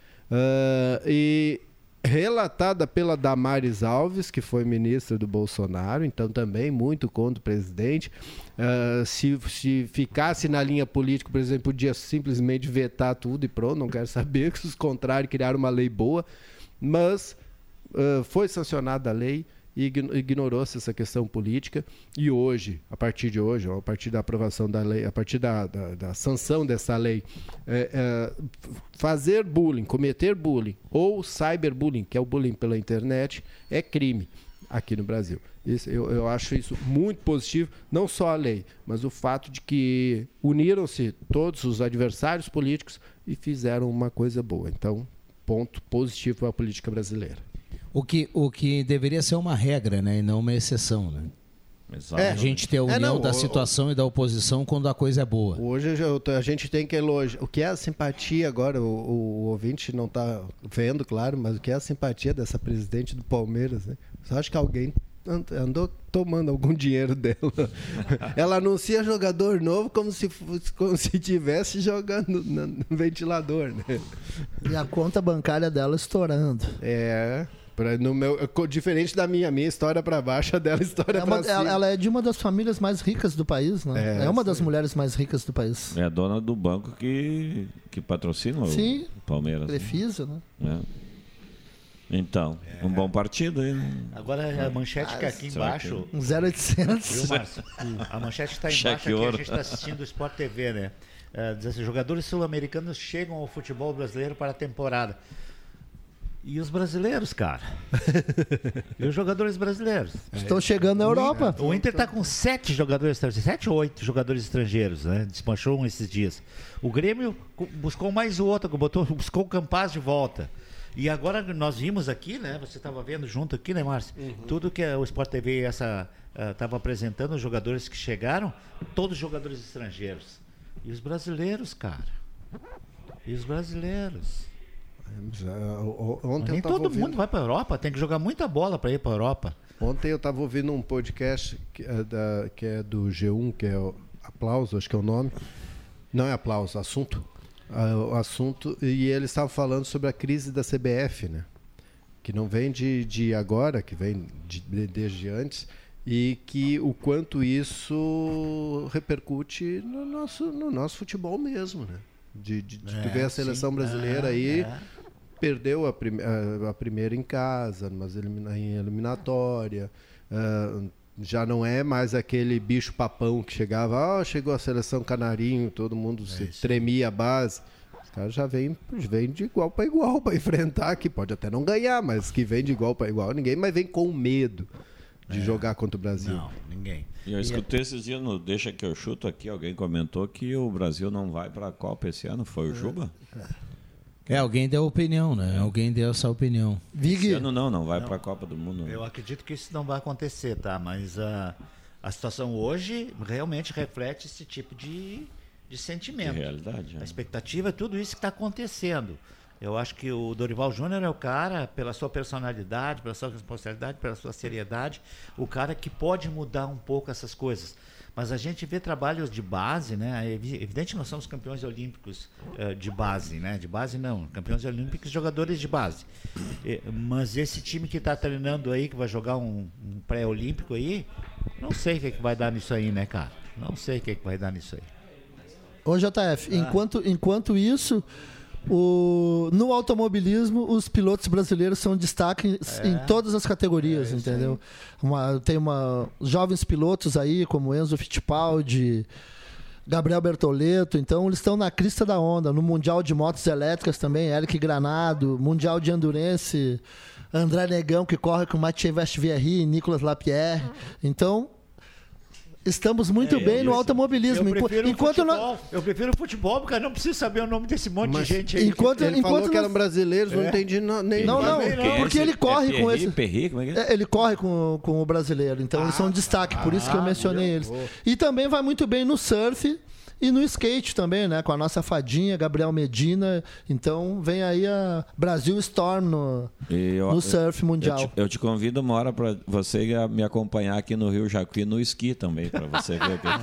Uh, e relatada pela Damares Alves, que foi ministra do Bolsonaro, então também muito contra o presidente. Uh, se, se ficasse na linha política, por exemplo, podia simplesmente vetar tudo e pronto, não quero saber, que os contrários criaram uma lei boa, mas uh, foi sancionada a lei e ignorou-se essa questão política, e hoje, a partir de hoje, a partir da aprovação da lei, a partir da, da, da sanção dessa lei, é, é, fazer bullying, cometer bullying ou cyberbullying, que é o bullying pela internet, é crime aqui no Brasil. Isso, eu, eu acho isso muito positivo, não só a lei, mas o fato de que uniram-se todos os adversários políticos e fizeram uma coisa boa. Então, ponto positivo para a política brasileira. O que, o que deveria ser uma regra, né, e não uma exceção, né? Exato. A gente ter a união É, não, da o- situação e da oposição quando a coisa é boa. Hoje eu- a gente tem que elogiar. O que é a simpatia agora? O, o, o ouvinte não está vendo, claro, mas o que é a simpatia dessa presidente do Palmeiras, né? Só acho que alguém and- andou tomando algum dinheiro dela. Ela anuncia jogador novo como se fosse, como se estivesse jogando no, no ventilador, né? E a conta bancária dela estourando. É, Pra, no meu, diferente da minha, minha história para baixo, a dela história é uma, para cima. ela, ela é de uma das famílias mais ricas do país, né? É, é uma das sim. mulheres mais ricas do país. É a dona do banco que, que patrocina Sim, o Palmeiras. Crefisa, né? né? Então, é. um bom partido aí. Né? Agora a manchete que é aqui embaixo... Um zero oitocentos. Viu, Márcio? A manchete está embaixo aqui, a gente está assistindo o Sport T V, né? Uh, diz assim, jogadores sul-americanos chegam ao futebol brasileiro para a temporada. E os brasileiros, cara? E os jogadores brasileiros? Estão chegando na Europa. O Inter está com sete jogadores estrangeiros, sete ou oito jogadores estrangeiros, né? Despachou um esses dias. O Grêmio buscou mais o outro, botou, buscou o Campaz de volta. E agora nós vimos aqui, né? Você estava vendo junto aqui, né, Márcio? Uhum. Tudo que o Sport T V estava uh, apresentando, os jogadores que chegaram, todos jogadores estrangeiros. E os brasileiros, cara? E os brasileiros? Ontem Nem todo ouvindo... mundo vai para a Europa, tem que jogar muita bola para ir para a Europa. Ontem eu estava ouvindo um podcast que é, da, que é do G um, que é o Aplauso, acho que é o nome. Não é Aplauso, Assunto. O assunto, e ele estava falando sobre a crise da C B F, né? Que não vem de, de agora, que vem de, desde antes, e que o quanto isso repercute no nosso, no nosso futebol mesmo, né? De, de, de é, tu ver a seleção sim, brasileira é, aí, é. perdeu a, prim a, a primeira em casa, mas elimina em eliminatória, uh, já não é mais aquele bicho papão que chegava, ó, oh, chegou a seleção canarinho, todo mundo é se isso. tremia a base. Os caras já vêm vem de igual para igual para enfrentar, que pode até não ganhar, mas que vem de igual para igual, ninguém mais vem com medo de é. jogar contra o Brasil. Não, ninguém. E eu escutei e esses dias no Deixa que eu chuto aqui, alguém comentou que o Brasil não vai para a Copa esse ano, foi o Juba? É, alguém deu opinião, né? Alguém deu essa opinião. Vig... Esse ano não, não vai para a Copa do Mundo. Eu acredito que isso não vai acontecer, tá? Mas uh, a situação hoje realmente reflete esse tipo de, de sentimento. De realidade. A expectativa é tudo isso que está acontecendo. Eu acho que o Dorival Júnior é o cara, pela sua personalidade, pela sua responsabilidade, pela sua seriedade, o cara que pode mudar um pouco essas coisas. Mas a gente vê trabalhos de base, né? É evidente que nós somos campeões olímpicos uh, de base, né? De base não, campeões olímpicos, jogadores de base. E, mas esse time que está treinando aí, que vai jogar um, um pré-olímpico aí, não sei o que, é que vai dar nisso aí, né, cara? Não sei o que, é que vai dar nisso aí. Ô, J F, ah. enquanto, enquanto isso... O, no automobilismo, os pilotos brasileiros são destaque é. em todas as categorias, é, entendeu? Uma, tem uma, jovens pilotos aí, como Enzo Fittipaldi, Gabriel Bertoletto, então eles estão na crista da onda. No Mundial de Motos Elétricas também, Eric Granado, Mundial de Endurance, André Negão, que corre com Mathieu Vachvierry e Nicolas Lapierre. Então... Estamos muito é, bem no automobilismo. Eu prefiro, enquanto futebol, nós... eu prefiro futebol, porque eu não preciso saber o nome desse monte Mas, de gente aí. Enquanto, ele enquanto falou que nós... eram brasileiros, é. não entendi não, nem Não, não, não porque ele corre é com Perri, esse... Perri, como é que é? É, ele corre com, com o brasileiro, então ah, eles são destaque, por ah, isso que eu mencionei eles. Boa. E também vai muito bem no surf e no skate também, né? Com a nossa fadinha, Gabriel Medina. Então vem aí a Brasil Storm no, eu, no surf mundial. Eu te, eu te convido uma hora para você me acompanhar aqui no Rio Jacuí no esqui também, para você ver o que, que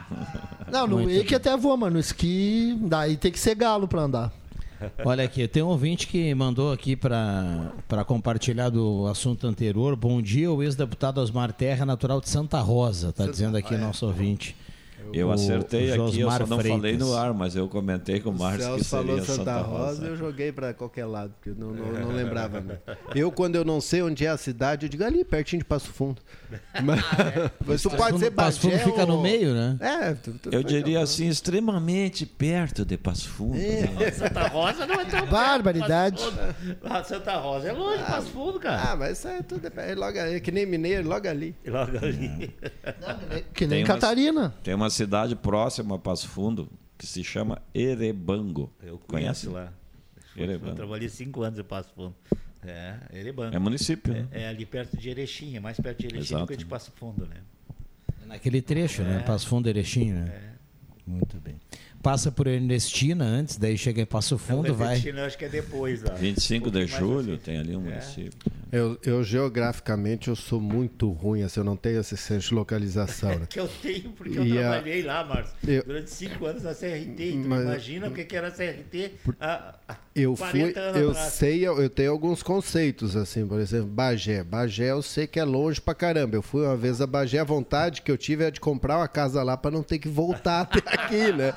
é. Não, no wake até voa, mas no esqui daí tem que ser galo para andar. Olha aqui, tem um ouvinte que mandou aqui para compartilhar do assunto anterior. Bom dia, o ex-deputado Osmar Terra, natural de Santa Rosa, está dizendo aqui nosso ouvinte. Eu acertei o aqui, eu só não Freitas. falei no ar, mas eu comentei com o Márcio que seria falou Santa, Santa Rosa, Rosa. Eu joguei para qualquer lado, porque eu não, não, não lembrava. Né? Eu, quando eu não sei onde é a cidade, eu digo ali, pertinho de Passo Fundo. Mas, mas tu pode ser Passo Fundo fica ou... no meio, né? É, tu, tu eu diria assim, extremamente perto de Passo Fundo. É. Né? Santa Rosa não é tão barbaridade. Ah, Santa Rosa é longe de ah, Passo Fundo, cara. Ah, mas isso é tudo é logo, é que nem mineiro, logo ali. Logo ali. Não, que nem tem Catarina. Uma, tem uma cidade próxima a Passo Fundo que se chama Erebango. Eu conhece lá. Erebango. Eu trabalhei cinco anos em Passo Fundo. É, Erebango. É município, é, né? É ali perto de Erechim, é mais perto de Erechim Exato. do que de Passo Fundo, né? Naquele trecho, é. né? Passo Fundo, Erechim, né? É. Muito bem. Passa por Ernestina antes, daí chega em Passo Fundo, não, vai... Ernestina acho que é depois. Lá. vinte e cinco de julho tem ali um é. município. Eu, eu geograficamente eu sou muito ruim, assim, eu não tenho esse senso de localização. Né? É que eu tenho, porque eu e trabalhei a... lá, Márcio, eu... durante cinco anos na C R T. Então mas... imagina o que era a C R T há, há Eu fui, eu sei, eu, eu tenho alguns conceitos, assim, por exemplo, Bagé. Bagé eu sei que é longe pra caramba. Eu fui uma vez a Bagé, a vontade que eu tive é de comprar uma casa lá pra não ter que voltar até aqui, né?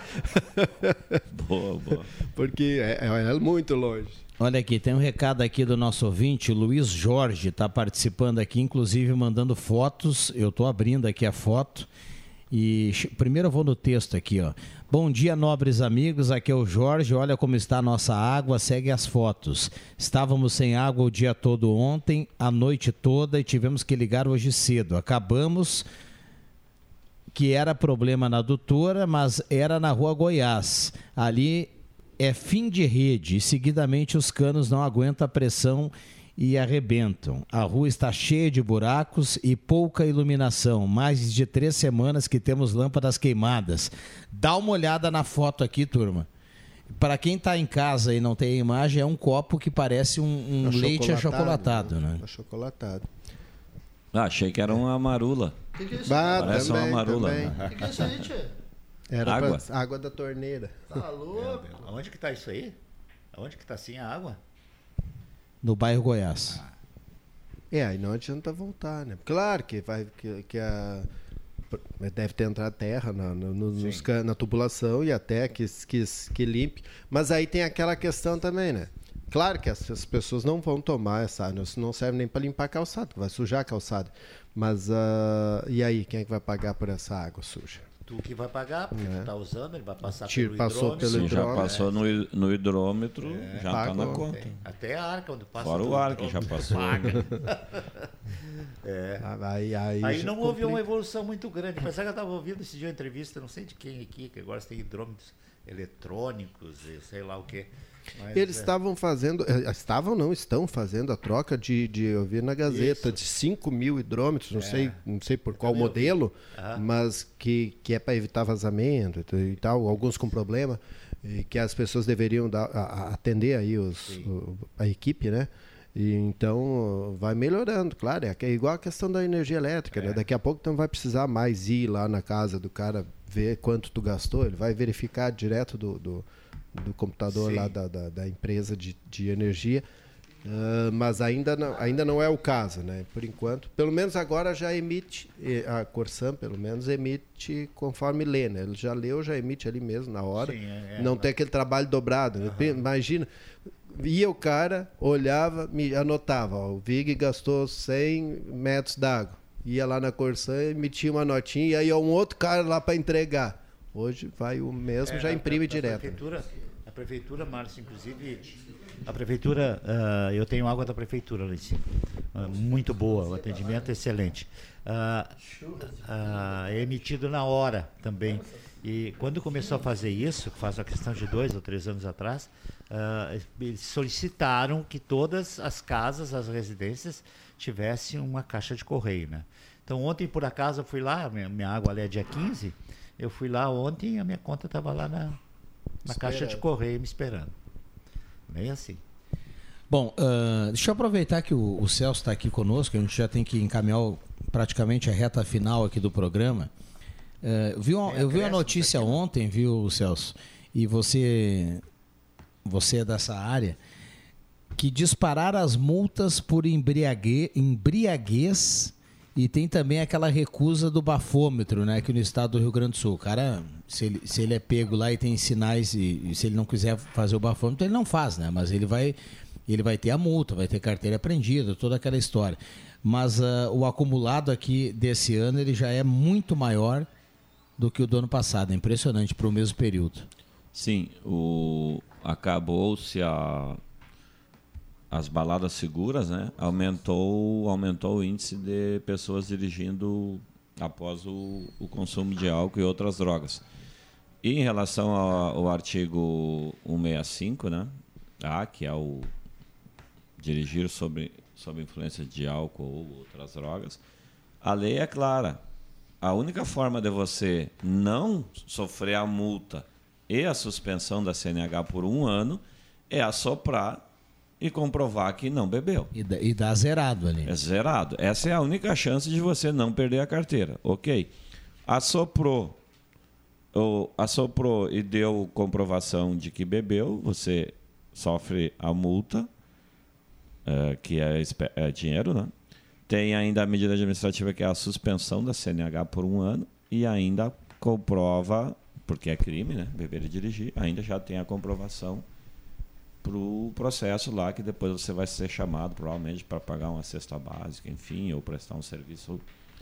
Boa, boa. Porque é, é muito longe. Olha aqui, tem um recado aqui do nosso ouvinte, Luiz Jorge, está participando aqui, inclusive mandando fotos. Eu estou abrindo aqui a foto. E primeiro eu vou no texto aqui, ó. Bom dia, nobres amigos, aqui é o Jorge, olha como está a nossa água, segue as fotos. Estávamos sem água o dia todo ontem, a noite toda e tivemos que ligar hoje cedo. Acabamos que era problema na adutora, mas era na Rua Goiás. Ali é fim de rede e seguidamente os canos não aguentam a pressão e arrebentam. A rua está cheia de buracos e pouca iluminação. Mais de três semanas que temos lâmpadas queimadas. Dá uma olhada na foto aqui, turma. Para quem está em casa e não tem a imagem, é um copo que parece um, um leite achocolatado, né? Achocolatado. Ah, achei que era uma marula. Que que é isso? Bah, Parece também, uma marula. O que, que é isso aí, tia? Era Água. pra- água da torneira. Tá louco? Aonde que tá isso aí? Aonde que tá assim a água? No bairro Goiás. É, aí não adianta voltar, né? Claro que vai que, que a deve ter entrado terra na, no- no- nos can- na tubulação e até que, que, que limpe. Mas aí tem aquela questão também, né? Claro que as, as pessoas não vão tomar essa água, isso não serve nem para limpar a calçada, vai sujar a calçada. Mas ah, e aí, quem é que vai pagar por essa água suja? Tu que vai pagar, porque É. tu tá usando, ele vai passar Tiro- pelo passou hidrômetro. pelo Sim, já hidrômetro. passou no, hi- no hidrômetro, É. já Pagou. está na conta. Tem. Até a arca onde passa. Fora o tudo, ar que já pronto. passou. Paga. É. Aí, aí, Aí já não houve uma complica. evolução muito grande. Apesar que eu estava ouvindo esse dia uma entrevista, não sei de quem aqui, que agora tem hidrômetros eletrônicos e sei lá o quê. Mas, Eles é, estavam fazendo, eh, estavam não, estão fazendo a troca de, de eu vi na Gazeta, de cinco mil hidrômetros, não, É. sei, não sei por qual modelo, Ah. mas que, que é para evitar vazamento e t- e tal, alguns com problema, e que as pessoas deveriam dar, a- a- atender aí os, o- a equipe, né? E então vai melhorando, claro, é que é igual a questão da energia elétrica, né? Daqui a pouco tu não vai precisar mais ir lá na casa do cara ver quanto tu gastou, ele vai verificar direto do, do, do computador Sim. lá da, da, da empresa de, de energia. Ah, mas ainda não, ainda não é o caso, né? Por enquanto, pelo menos agora já emite, eh, a Corsan pelo menos emite conforme lê, né? Ele já leu, já emite ali mesmo na hora. Sim, é, é, não mas- tem aquele trabalho dobrado, né? Imagina, ia o cara, olhava, me anotava, ó, o Vig gastou cem metros d'água. Ia lá na Corsan, emitia uma notinha e aí ia um outro cara lá para entregar. Hoje vai o mesmo, É, já na- imprime na direto. Prefeitura, a prefeitura, Márcio, inclusive, a prefeitura, ah, eu tenho água da prefeitura lá em cima. Ah, muito boa, o atendimento é excelente. Ah, ah, é emitido na hora também. E quando começou a fazer isso, faz uma questão de dois ou três anos atrás, ah, eles solicitaram que todas as casas, as residências, tivessem uma caixa de correio, né? Então ontem, por acaso, eu fui lá, minha, minha água ali é dia quinze, eu fui lá ontem e a minha conta estava lá na, na caixa de Esperando. correio me esperando. Bem assim. Bom, ah, deixa eu aproveitar que o, o Celso está aqui conosco, a gente já tem que encaminhar o- praticamente a reta final aqui do programa. Ah, viu, uma- eu vi uma notícia ontem, viu, Celso? E você, você é dessa área, que dispararam as multas por embriague, embriaguez e tem também aquela recusa do bafômetro, né, aqui no estado do Rio Grande do Sul. O cara, se ele, se ele é pego lá e tem sinais e, e se ele não quiser fazer o bafômetro, ele não faz, né? Mas ele vai, ele vai ter a multa, vai ter carteira apreendida, toda aquela história. Mas ah, o acumulado aqui desse ano ele já é muito maior do que o do ano passado. É impressionante para o mesmo período. Sim, o acabou-se a as baladas seguras, né? Aumentou, aumentou o índice de pessoas dirigindo após o, o consumo de álcool e outras drogas. E em relação ao, ao artigo cento e sessenta e cinco, né? A, que é o dirigir sob, sob influência de álcool ou outras drogas, a lei é clara. A única forma de você não sofrer a multa e a suspensão da C N H por um ano é assoprar e comprovar que não bebeu. E dá, e dá zerado ali. É zerado. Essa é a única chance de você não perder a carteira. Ok. Assoprou, ou assoprou e deu comprovação de que bebeu, você sofre a multa, é, que é, é dinheiro, né? Tem ainda a medida administrativa, que é a suspensão da C N H por um ano, e ainda comprova, porque é crime, né? Beber e dirigir, ainda já tem a comprovação para o processo lá, que depois você vai ser chamado, provavelmente, para pagar uma cesta básica, enfim, ou prestar um serviço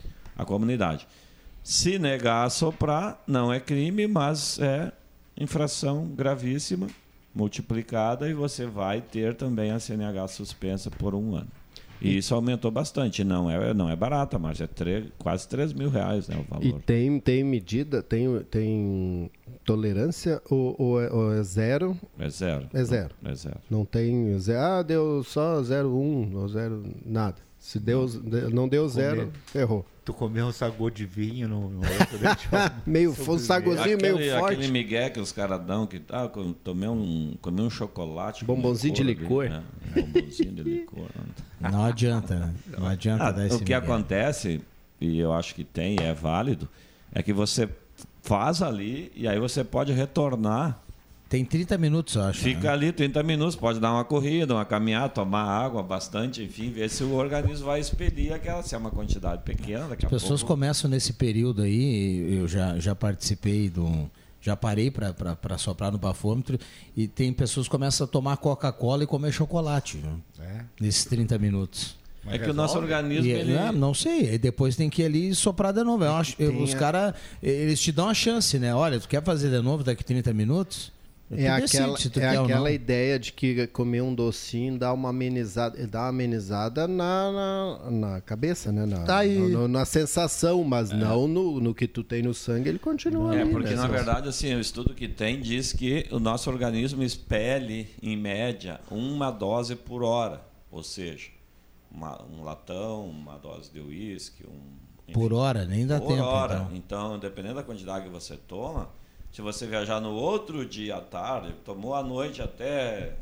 à comunidade. Se negar a soprar, não é crime, mas é infração gravíssima, multiplicada, e você vai ter também a C N H suspensa por um ano. E isso aumentou bastante. Não é, não é barata, mas é três, quase três mil reais, né, o valor. E tem, tem medida, tem, tem tolerância ou, ou, é, ou é zero? É zero. É zero. Não, é zero. Não tem zero. Ah, deu só zero vírgula um ou zero nada. Se deu, não deu zero, errou. Tu comeu um sagô de vinho no, no outro, né? meio, foi um sagozinho aquele, meio forte. Aquele migué que os caras dão, que ah, tomei um, comi um chocolate. Bombonzinho de licor. Ali, né? Bombonzinho de licor. Não adianta, né? Não adianta ah, dar esse O que migué. acontece, e eu acho que tem, e é válido, é que você faz ali e aí você pode retornar. Tem trinta minutos, eu acho. Fica né? ali trinta minutos, pode dar uma corrida, uma caminhada, tomar água bastante, enfim, ver se o organismo vai expelir aquela, se é uma quantidade pequena, daqui a pouco. As pessoas começam nesse período aí, eu já, já participei do... Já parei para soprar no bafômetro, e tem pessoas que começam a tomar Coca-Cola e comer chocolate, né? É. Nesses trinta minutos. Mas é que resolve. O nosso organismo... E, ele... não, não sei, e depois tem que ir ali soprar de novo. Eu acho, eu, os a... caras, eles te dão a chance, né? Olha, tu quer fazer de novo daqui trinta minutos? É aquela, é aquela ideia de que comer um docinho dá uma amenizada, dá uma amenizada na, na, na cabeça, né? Na, tá aí. no, na sensação, mas é. não no, no que tu tem no sangue, ele continua. É, ali, porque né? na verdade, assim, o estudo que tem diz que o nosso organismo expele, em média, uma dose por hora. Ou seja, uma, um latão, uma dose de uísque, um... Enfim, por hora, nem dá por tempo. Por hora. Então. então, dependendo da quantidade que você toma, se você viajar no outro dia à tarde, tomou à noite até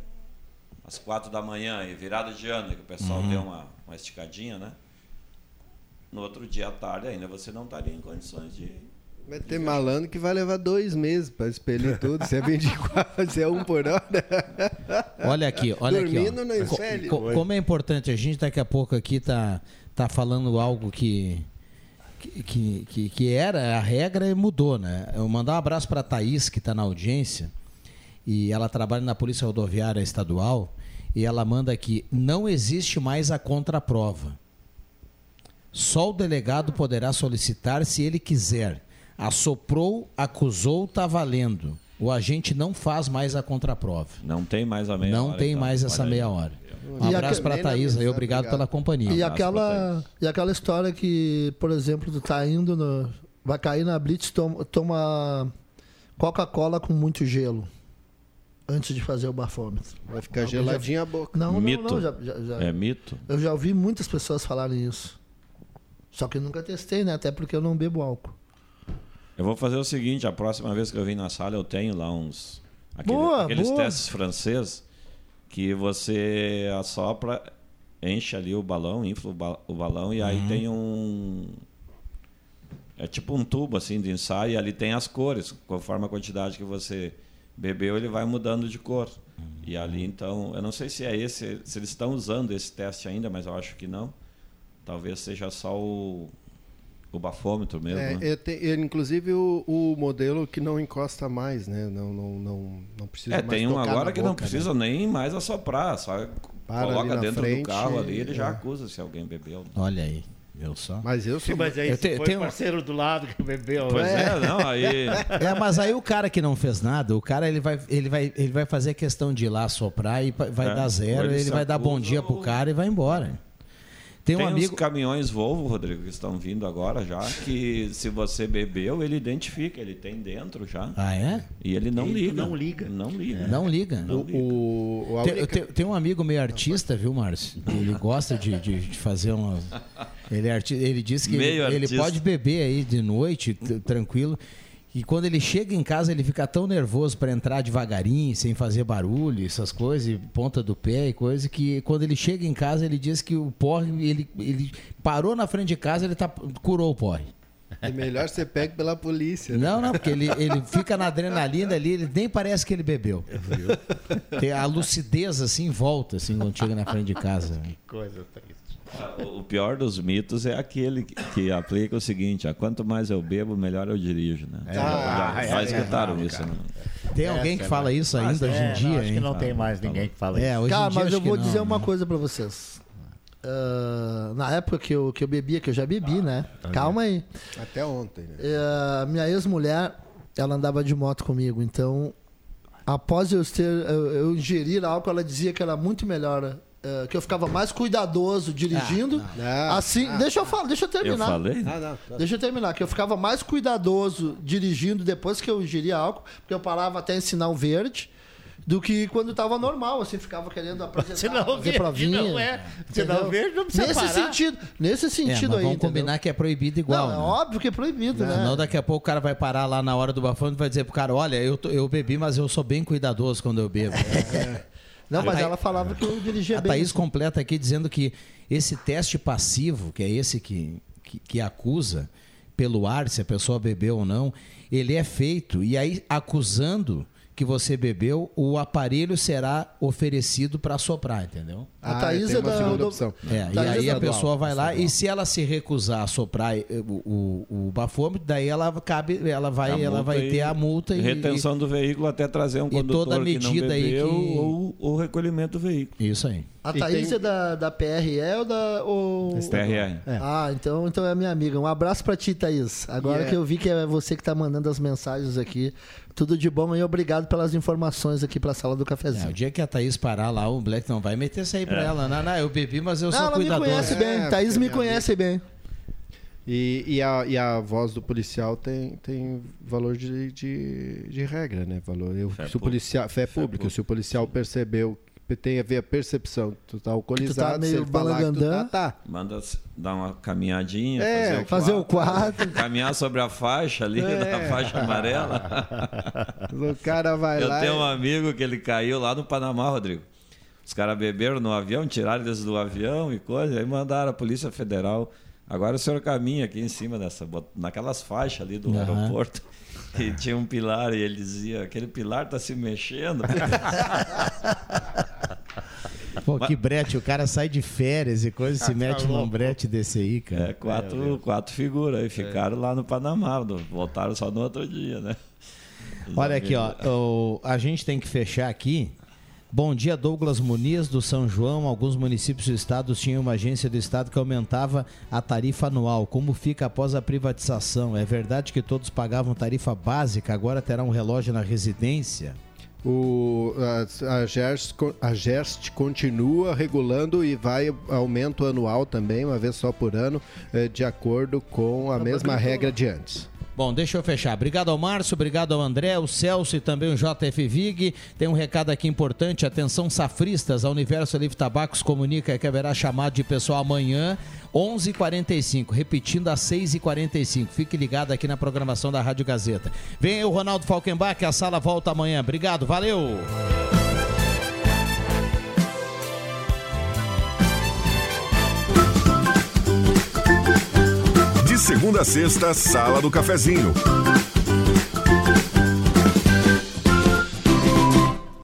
às quatro da manhã e virada de ano, que o pessoal uhum. deu uma, uma esticadinha, né? No outro dia à tarde ainda você não estaria em condições de... Vai ter malandro que vai levar dois meses para expelir tudo. Se é vinte e quatro, se é um por hora. Olha aqui, olha Dormindo aqui. Dormindo não Co como é importante, a gente daqui a pouco aqui tá, tá falando algo que... Que, que, que era a regra e mudou, né? Eu mandar um abraço para a Thaís, que está na audiência, e ela trabalha na Polícia Rodoviária Estadual, e ela manda aqui: não existe mais a contraprova. Só o delegado poderá solicitar se ele quiser. Assoprou, acusou, está valendo. O agente não faz mais a contraprova. Não tem mais a meia não hora. Não tem então, mais essa meia hora. Um e abraço para a Thaís aí, obrigado, obrigado pela companhia. E um aquela, e aquela história que, por exemplo, tu tá indo, no, vai cair na blitz, toma, toma Coca-Cola com muito gelo antes de fazer o bafômetro. Vai ficar geladinha já, a boca. Não, mito. não, não. Já, já, já, é mito? Eu já ouvi muitas pessoas falarem isso. Só que eu nunca testei, né? Até porque eu não bebo álcool. Eu vou fazer o seguinte, a próxima vez que eu vim na sala, eu tenho lá uns... Aquele, boa, aqueles boa. testes franceses que você assopra, enche ali o balão, infla o, ba o balão e uhum. aí tem um... É tipo um tubo assim de ensaio e ali tem as cores. Conforme a quantidade que você bebeu, ele vai mudando de cor. Uhum. E ali então, eu não sei se é esse, se eles estão usando esse teste ainda, mas eu acho que não. Talvez seja só o... O bafômetro mesmo, é, né? te, eu, inclusive o, o modelo que não encosta mais, né? Não, não, não, não precisa é, mais tem um agora que boca, não precisa né? nem mais assoprar, só Para coloca dentro frente, do carro ali, ele é. já acusa se alguém bebeu. Olha aí, eu só. Mas eu sou. Sim, mas aí eu se te, foi tem o parceiro um... do lado que bebeu. Pois é, é não, aí. É, mas aí o cara que não fez nada, o cara ele vai, ele vai, ele vai fazer questão de ir lá soprar e vai é, dar zero, ele, ele vai dar bom dia pro cara e vai embora. Tem, um Tem amigo... uns caminhões Volvo, Rodrigo, que estão vindo agora já, que se você bebeu, ele identifica, ele tem dentro já. Ah, é? E ele não ele liga. Não liga. Não liga. É. Não liga. Não liga. O, o, tem, única... tem, tem um amigo meio artista, viu, Márcio? Ele gosta de, de, de fazer umas... Ele, é arti... ele diz que ele, ele pode beber aí de noite, tranquilo. E quando ele chega em casa, ele fica tão nervoso para entrar devagarinho, sem fazer barulho, essas coisas, ponta do pé e coisa, que quando ele chega em casa, ele diz que o porre, ele, ele parou na frente de casa, ele tá, curou o porre. É melhor ser pego pela polícia. Né? Não, não, porque ele, ele fica na adrenalina ali, ele nem parece que ele bebeu. Tem a lucidez assim, volta, assim, quando chega na frente de casa. Que coisa triste. O pior dos mitos é aquele que aplica o seguinte: ah, quanto mais eu bebo, melhor eu dirijo. Né? É, já ah, já é, escutaram é, isso. Né? Tem alguém que fala isso ainda hoje em dia? Não, acho hein? que não tem mais ninguém que fala é, isso. Hoje Cara, em dia, mas eu vou não, dizer uma né? coisa pra vocês. Uh, na época que eu, que eu bebia, que eu já bebi, né? Calma aí. Até ontem, né? Uh, minha ex-mulher, ela andava de moto comigo, então após eu ter eu, eu ingerir álcool, ela dizia que era muito melhor, uh, que eu ficava mais cuidadoso dirigindo. Ah, não. assim, Ah, deixa eu falar, deixa eu terminar. Eu falei? Ah, não, não. Deixa eu terminar, que eu ficava mais cuidadoso dirigindo depois que eu ingeria álcool, porque eu parava até em sinal verde, do que quando estava normal, assim, ficava querendo apresentar, Sinal fazer verde provinha. não é. Entendeu? Sinal verde não precisa Nesse parar. sentido, nesse É, sentido mas aí, vamos entendeu? combinar que é proibido igual. Não, é né? óbvio que é proibido, né? Senão daqui a pouco o cara vai parar lá na hora do bafômetro e vai dizer pro cara, olha, eu, tô- eu bebi, mas eu sou bem cuidadoso quando eu bebo. Não, mas Aí- ela falava que eu dirigia A bem. Thaís completa aqui dizendo que esse teste passivo, que é esse que, que, que acusa pelo ar se a pessoa bebeu ou não, ele é feito e aí acusando que você bebeu, o aparelho será oferecido para soprar, entendeu? A Ah, Thaís tem é uma da segunda rodo- opção. É, e Thaís aí é a da- pessoa vai lá estadual. e se ela se recusar a soprar eh, o, o, o bafômetro, daí ela cabe, ela vai, A ela multa vai e- ter a multa e retenção do veículo até trazer um e condutor toda a que não medida aí bebeu que- ou o recolhimento do veículo. Isso aí. A E Thaís tem- é da, da P R E ou da. Ou... P R E. Ah, então, então é minha amiga. Um abraço pra ti, Thaís. Agora Yeah. que eu vi que é você que tá mandando as mensagens aqui. Tudo de bom e obrigado pelas informações aqui pra sala do É, cafezinho. o dia que a Thaís parar lá, o Black não vai meter isso aí pra ela. Não, não, eu bebi, mas eu Não, sou ela me cuidadoso. conhece bem. É, Thaís porque me minha conhece bem. E, e, a, e a voz do policial tem, tem valor de, de, de regra, né? Valor, eu, Fé se o policial, fé, Fé pública. pública. Se o policial percebeu, tem a ver a percepção, tu tá alcoolizado, meio se ele falar que tu balangandã. tá, tá. Manda dar uma caminhadinha, É, Fazer o quadro, quadro. caminhar sobre a faixa ali, É. da faixa amarela. O cara vai Eu lá. tenho e- um amigo que ele caiu lá no Panamá, Rodrigo. Os caras beberam no avião, tiraram eles do avião e coisa, aí mandaram a Polícia Federal. Agora o senhor caminha aqui em cima dessa, naquelas faixas ali do Aham. aeroporto. E tinha um pilar e ele dizia, aquele pilar tá se mexendo. Pô, que brete, o cara sai de férias e coisa e se mete num brete desse aí, cara. É, quatro, quatro figuras. E ficaram lá no Panamá. no- Voltaram só no outro dia, né? Olha aqui, ó, o- a gente tem que fechar aqui. Bom dia, Douglas Muniz, do São João. Alguns municípios do estado tinham uma agência do estado que aumentava a tarifa anual. Como fica após a privatização? É verdade que todos pagavam tarifa básica, agora terá um relógio na residência? O, a, a, Gerst, a Gerst continua regulando e vai aumento anual também, uma vez só por ano, eh, de acordo com a mesma regra de antes. Bom, deixa eu fechar. Obrigado ao Márcio, obrigado ao André, o Celso e também o J F Vig. Tem um recado aqui importante. Atenção, safristas. A Universo Livre Tabacos comunica que haverá chamado de pessoal amanhã, onze e quarenta e cinco. Repetindo, às seis e quarenta e cinco. Fique ligado aqui na programação da Rádio Gazeta. Vem aí o Ronaldo Falkenbach, a sala volta amanhã. Obrigado, valeu! De segunda a sexta, Sala do Cafezinho.